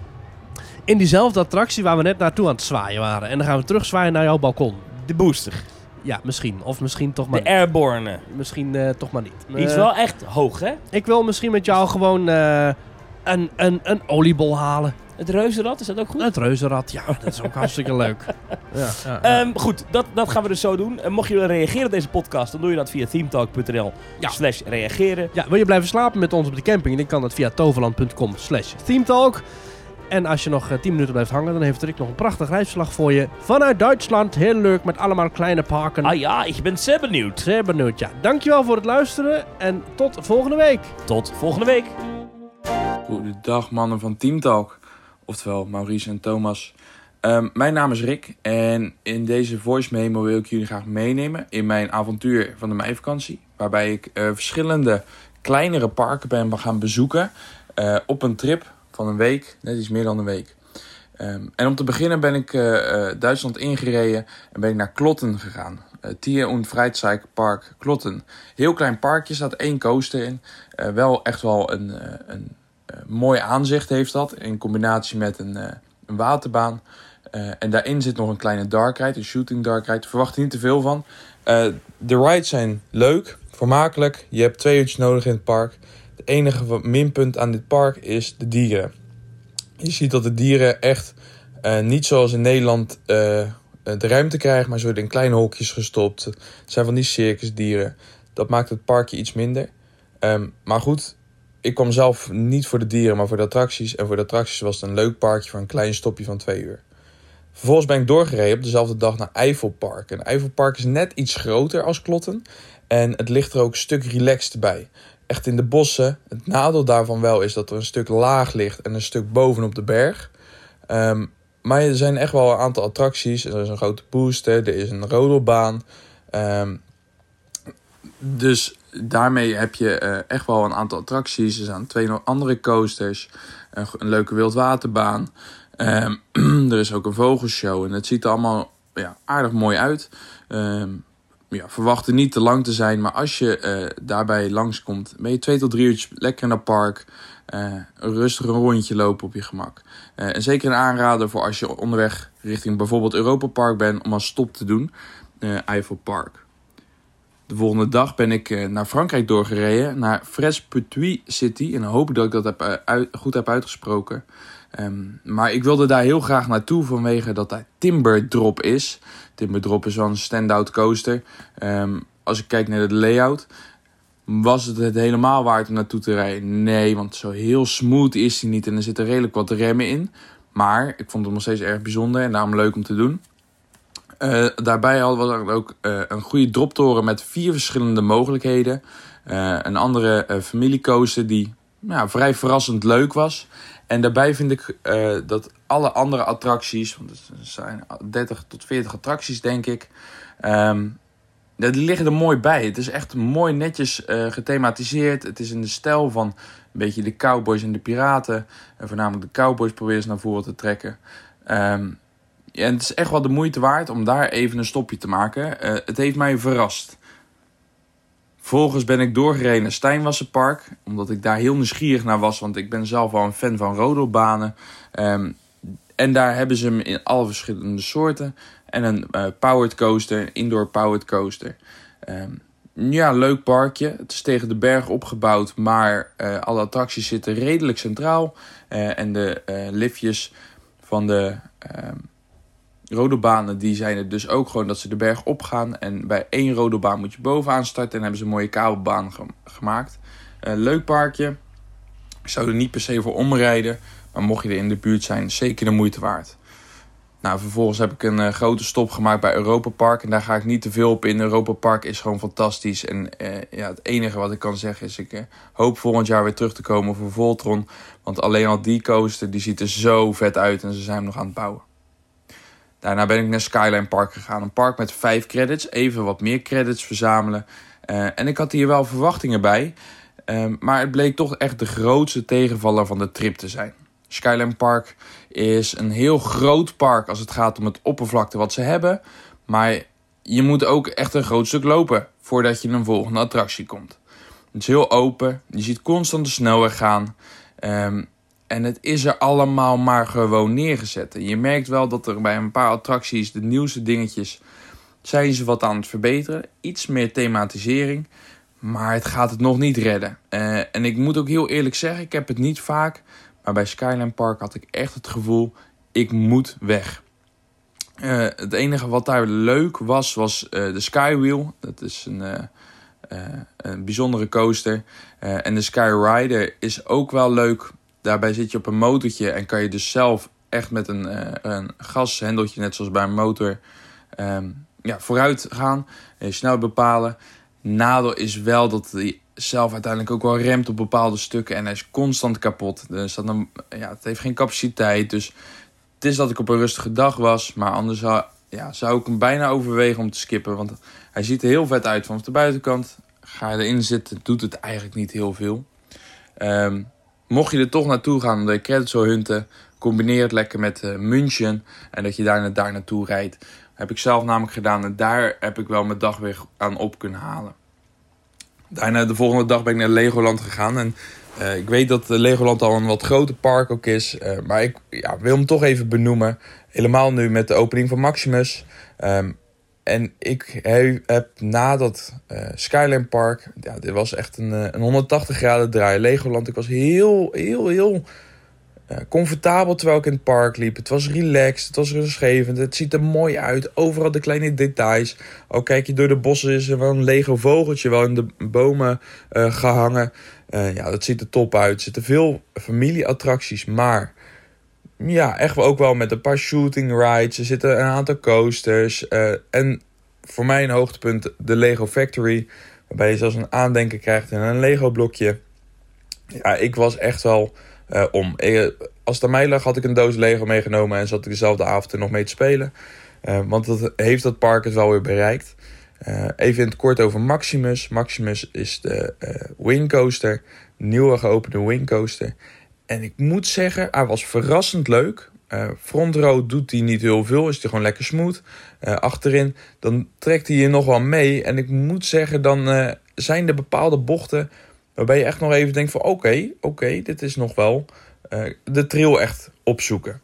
in diezelfde attractie waar we net naartoe aan het zwaaien waren. En dan gaan we terugzwaaien naar jouw balkon. De booster. Ja, misschien. Of misschien toch maar De niet. Airborne. Misschien uh, toch maar niet. Die is Uh, wel echt hoog, hè? Ik wil misschien met jou gewoon uh, een, een, een oliebol halen. Het reuzenrad, is dat ook goed? Het reuzenrad, ja, dat is ook hartstikke leuk. Ja, ja, ja. Um, goed, dat, dat gaan we dus zo doen. Uh, mocht je willen reageren op deze podcast, dan doe je dat via themetalk.nl Ja. slash reageren. Ja, wil je blijven slapen met ons op de camping? Dan kan dat via toverland.com slash themetalk. En als je nog uh, tien minuten blijft hangen, dan heeft Rick nog een prachtig reisverslag voor je. Vanuit Duitsland, heel leuk, met allemaal kleine parken. Ah ja, ik ben zeer benieuwd. Zeer benieuwd, ja. Dankjewel voor het luisteren en tot volgende week. Tot volgende week. Goedendag mannen van Teamtalk, oftewel Maurice en Thomas. Um, mijn naam is Rick en in deze voice memo wil ik jullie graag meenemen in mijn avontuur van de meivakantie. Waarbij ik uh, verschillende kleinere parken ben gaan bezoeken uh, op een trip van een week, net iets meer dan een week. Um, en om te beginnen ben ik uh, uh, Duitsland ingereden en ben ik naar Klotten gegaan. Uh, Tier- und Freizeitpark Klotten. Heel klein parkje, staat één coaster in. Uh, wel echt wel een, uh, een uh, mooi aanzicht heeft dat, in combinatie met een, uh, een waterbaan. Uh, en daarin zit nog een kleine dark ride, een shooting dark ride. Verwacht er niet te veel van. Uh, de rides zijn leuk, vermakelijk. Je hebt twee uurtjes nodig in het park. Het enige minpunt aan dit park is de dieren. Je ziet dat de dieren echt uh, niet zoals in Nederland uh, de ruimte krijgen, maar ze worden in kleine hokjes gestopt. Het zijn van die circusdieren. Dat maakt het parkje iets minder. Um, maar goed, ik kwam zelf niet voor de dieren, maar voor de attracties. En voor de attracties was het een leuk parkje voor een klein stopje van twee uur. Vervolgens ben ik doorgereden op dezelfde dag naar Eifelpark. En Eifelpark is net iets groter als Klotten. En het ligt er ook een stuk relaxed bij. Echt in de bossen. Het nadeel daarvan wel is dat er een stuk laag ligt en een stuk bovenop de berg. Um, maar er zijn echt wel een aantal attracties. Er is een grote booster, er is een rodelbaan. Um, dus daarmee heb je uh, echt wel een aantal attracties. Er zijn twee andere coasters. Een, een leuke wildwaterbaan. Um, er is ook een vogelshow. En het ziet er allemaal ja, aardig mooi uit. Um, ja, verwacht er niet te lang te zijn. Maar als je uh, daarbij langskomt, ben je twee tot drie uurtjes lekker naar het park. Uh, rustig een rondje lopen op je gemak. Uh, en zeker een aanrader voor als je onderweg richting bijvoorbeeld Europa Park bent om als stop te doen. Uh, Eifelpark. De volgende dag ben ik uh, naar Frankrijk doorgereden. Naar Fres-Putois City. En dan hoop ik dat ik dat heb, uh, uit, goed heb uitgesproken. Um, maar ik wilde daar heel graag naartoe vanwege dat daar Timberdrop is. Timberdrop is wel een stand-out coaster. Um, als ik kijk naar de layout, was het het helemaal waard om naartoe te rijden? Nee, want zo heel smooth is hij niet en er zitten redelijk wat remmen in. Maar ik vond het nog steeds erg bijzonder en daarom leuk om te doen. Uh, daarbij hadden we ook uh, een goede droptoren met vier verschillende mogelijkheden. Uh, een andere uh, familiecoaster die ja, vrij verrassend leuk was. En daarbij vind ik uh, dat alle andere attracties, want er zijn dertig tot veertig attracties denk ik, um, die liggen er mooi bij. Het is echt mooi netjes uh, gethematiseerd. Het is in de stijl van een beetje de cowboys en de piraten. En voornamelijk de cowboys proberen ze naar voren te trekken. Um, ja, en het is echt wel de moeite waard om daar even een stopje te maken. Uh, het heeft mij verrast. Vervolgens ben ik doorgereden naar Steinwasserpark. Omdat ik daar heel nieuwsgierig naar was. Want ik ben zelf wel een fan van rodelbanen. Um, en daar hebben ze hem in alle verschillende soorten. En een uh, powered coaster, een indoor powered coaster. Um, ja, leuk parkje. Het is tegen de berg opgebouwd. Maar uh, alle attracties zitten redelijk centraal. Uh, en de uh, liftjes van de uh, rodelbanen, die zijn er dus ook gewoon dat ze de berg opgaan. En bij één rodelbaan moet je bovenaan starten. En hebben ze een mooie kabelbaan ge- gemaakt. Uh, leuk parkje. Ik zou er niet per se voor omrijden. Maar mocht je er in de buurt zijn, zeker de moeite waard. Nou, vervolgens heb ik een uh, grote stop gemaakt bij Europa Park. En daar ga ik niet te veel op in. Europa Park is gewoon fantastisch. En uh, ja, het enige wat ik kan zeggen is... ik uh, hoop volgend jaar weer terug te komen voor Voltron. Want alleen al die coaster, die ziet er zo vet uit. En ze zijn hem nog aan het bouwen. Daarna ben ik naar Skyline Park gegaan. Een park met vijf credits. Even wat meer credits verzamelen. Uh, en ik had hier wel verwachtingen bij. Uh, maar het bleek toch echt de grootste tegenvaller van de trip te zijn. Skyline Park is een heel groot park als het gaat om het oppervlakte wat ze hebben. Maar je moet ook echt een groot stuk lopen voordat je een volgende attractie komt. Het is heel open. Je ziet constant de snelweg gaan. Um, en het is er allemaal maar gewoon neergezet. En je merkt wel dat er bij een paar attracties, de nieuwste dingetjes, zijn ze wat aan het verbeteren. Iets meer thematisering. Maar het gaat het nog niet redden. Uh, en ik moet ook heel eerlijk zeggen, ik heb het niet vaak. Maar bij Skyline Park had ik echt het gevoel, ik moet weg. Uh, het enige wat daar leuk was, was uh, de Skywheel. Dat is een, uh, uh, een bijzondere coaster. Uh, en de Skyrider is ook wel leuk. Daarbij zit je op een motortje en kan je dus zelf echt met een, uh, een gashendeltje, net zoals bij een motor, um, ja, vooruit gaan. En je snel bepalen. Nadeel is wel dat hij zelf uiteindelijk ook wel remt op bepaalde stukken. En hij is constant kapot. Dus dat dan, ja, het heeft geen capaciteit. Dus het is dat ik op een rustige dag was. Maar anders zou, ja, zou ik hem bijna overwegen om te skippen. Want hij ziet er heel vet uit vanaf de buitenkant. Ga je erin zitten, doet het eigenlijk niet heel veel. Um, mocht je er toch naartoe gaan omdat je credits wil hunten, combineer het lekker met uh, München. En dat je daar, daar naartoe rijdt. Heb ik zelf namelijk gedaan. En daar heb ik wel mijn dag weer aan op kunnen halen. Daarna de volgende dag ben ik naar Legoland gegaan. En uh, ik weet dat Legoland al een wat groter park ook is. Uh, maar ik ja, wil hem toch even benoemen. Helemaal nu met de opening van Maximus. Um, en ik heb, heb na dat uh, Skyline Park... Ja, dit was echt een, een honderdtachtig graden draai. Legoland, ik was heel, heel, heel uh, comfortabel terwijl ik in het park liep. Het was relaxed, het was rustgevend. Het ziet er mooi uit. Overal de kleine details. Al kijk je door de bossen, is er wel een Lego vogeltje wel in de bomen uh, gehangen. Uh, ja, dat ziet er top uit. Er zitten veel familieattracties, maar ja, echt ook wel met een paar shooting rides. Er zitten een aantal coasters. Uh, en voor mij een hoogtepunt de Lego Factory, waarbij je zelfs een aandenken krijgt en een Lego blokje. Ja, ik was echt wel uh, om. Ik, als het aan mij lag, had ik een doos Lego meegenomen en zat ik dezelfde avond er nog mee te spelen. Uh, want dat heeft dat park het wel weer bereikt. Uh, even in het kort over Maximus. Maximus is de uh, wingcoaster. Nieuwe geopende wingcoaster. En ik moet zeggen, hij was verrassend leuk. Uh, front row doet hij niet heel veel. Is hij gewoon lekker smooth. Uh, achterin, dan trekt hij je nog wel mee. En ik moet zeggen, dan uh, zijn er bepaalde bochten waarbij je echt nog even denkt van oké, okay, oké, okay, dit is nog wel uh, de trail echt opzoeken.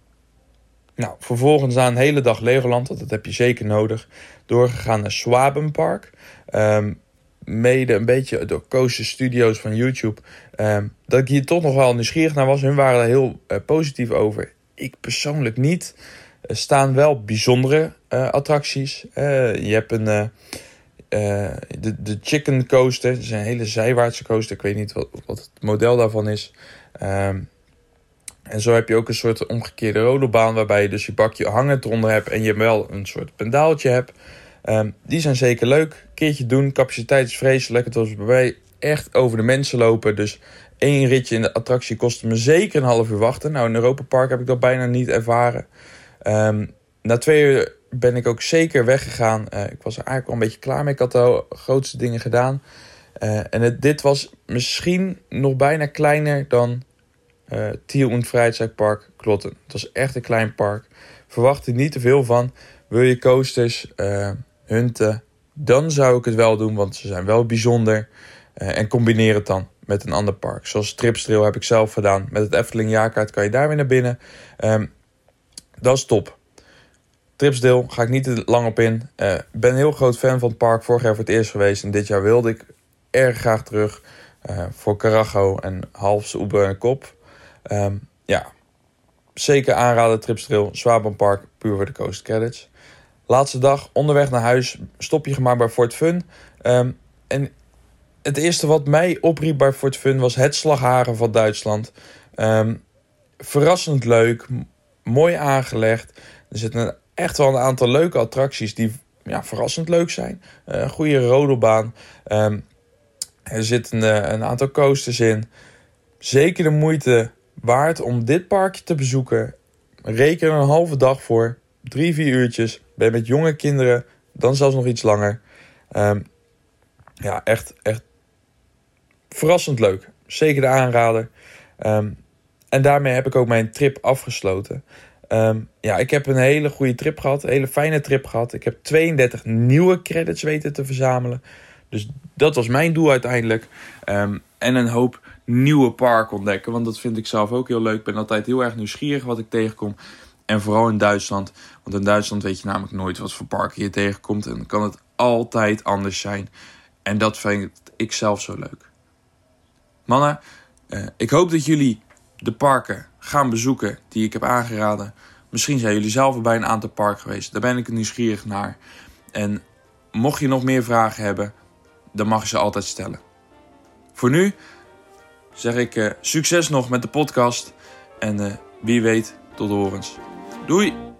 Nou, vervolgens na een hele dag Legoland, want dat heb je zeker nodig, doorgegaan naar Schwabenpark. Um, mede een beetje door Coaster Studios van YouTube. Um, dat ik hier toch nog wel nieuwsgierig naar was. Hun waren er heel uh, positief over. Ik persoonlijk niet. Er staan wel bijzondere uh, attracties. Uh, je hebt een uh, uh, de, de Chicken Coaster. Dat is een hele zijwaartse coaster. Ik weet niet wat, wat het model daarvan is. Um, en zo heb je ook een soort omgekeerde rollerbaan, waarbij je dus je bakje hangend eronder hebt en je wel een soort pendaaltje hebt. Um, die zijn zeker leuk. Een keertje doen. Capaciteit is vreselijk. Het was bij mij echt over de mensen lopen. Dus één ritje in de attractie kostte me zeker een half uur wachten. Nou, in Europa Park heb ik dat bijna niet ervaren. Um, na twee uur ben ik ook zeker weggegaan. Uh, ik was er eigenlijk al een beetje klaar mee. Ik had de grootste dingen gedaan. Uh, en het, dit was misschien nog bijna kleiner dan uh, Tier- und Freizeitpark Klotten. Het was echt een klein park. Verwacht er niet te veel van. Wil je coasters uh, hunten, dan zou ik het wel doen, want ze zijn wel bijzonder. Uh, en combineer het dan met een ander park. Zoals Tripstrail heb ik zelf gedaan. Met het Efteling jaarkaart kan je daar weer naar binnen. Um, dat is top. Tripsdale ga ik niet te lang op in. Ik uh, ben een heel groot fan van het park. Vorig jaar voor het eerst geweest. En dit jaar wilde ik erg graag terug. Uh, voor Carajo en Halfse Oeber en Kop. Um, ja, zeker aanraden Tripsdale. Schwabenpark, puur voor de coaster credits. Laatste dag, onderweg naar huis. Stopje gemaakt bij Fort Fun. Um, en het eerste wat mij opriep bij Fort Fun was het Slagharen van Duitsland. Um, verrassend leuk. M- mooi aangelegd. Er zitten echt wel een aantal leuke attracties die ja, verrassend leuk zijn. Uh, een goede rodelbaan. Um, er zitten uh, een aantal coasters in. Zeker de moeite waard om dit parkje te bezoeken. Reken er een halve dag voor. Drie, vier uurtjes. Ben je met jonge kinderen. Dan zelfs nog iets langer. Um, ja, echt, echt verrassend leuk. Zeker de aanrader. Um, en daarmee heb ik ook mijn trip afgesloten. Um, ja, ik heb een hele goede trip gehad. Een hele fijne trip gehad. Ik heb tweeëndertig nieuwe credits weten te verzamelen. Dus dat was mijn doel uiteindelijk. Um, en een hoop nieuwe parken ontdekken. Want dat vind ik zelf ook heel leuk. Ik ben altijd heel erg nieuwsgierig wat ik tegenkom. En vooral in Duitsland. Want in Duitsland weet je namelijk nooit wat voor parken je tegenkomt. En dan kan het altijd anders zijn. En dat vind ik zelf zo leuk. Mannen, uh, ik hoop dat jullie de parken gaan bezoeken die ik heb aangeraden. Misschien zijn jullie zelf al bij een aantal parken geweest. Daar ben ik nieuwsgierig naar. En mocht je nog meer vragen hebben, dan mag je ze altijd stellen. Voor nu zeg ik uh, succes nog met de podcast. En uh, wie weet, tot de horens. Doei!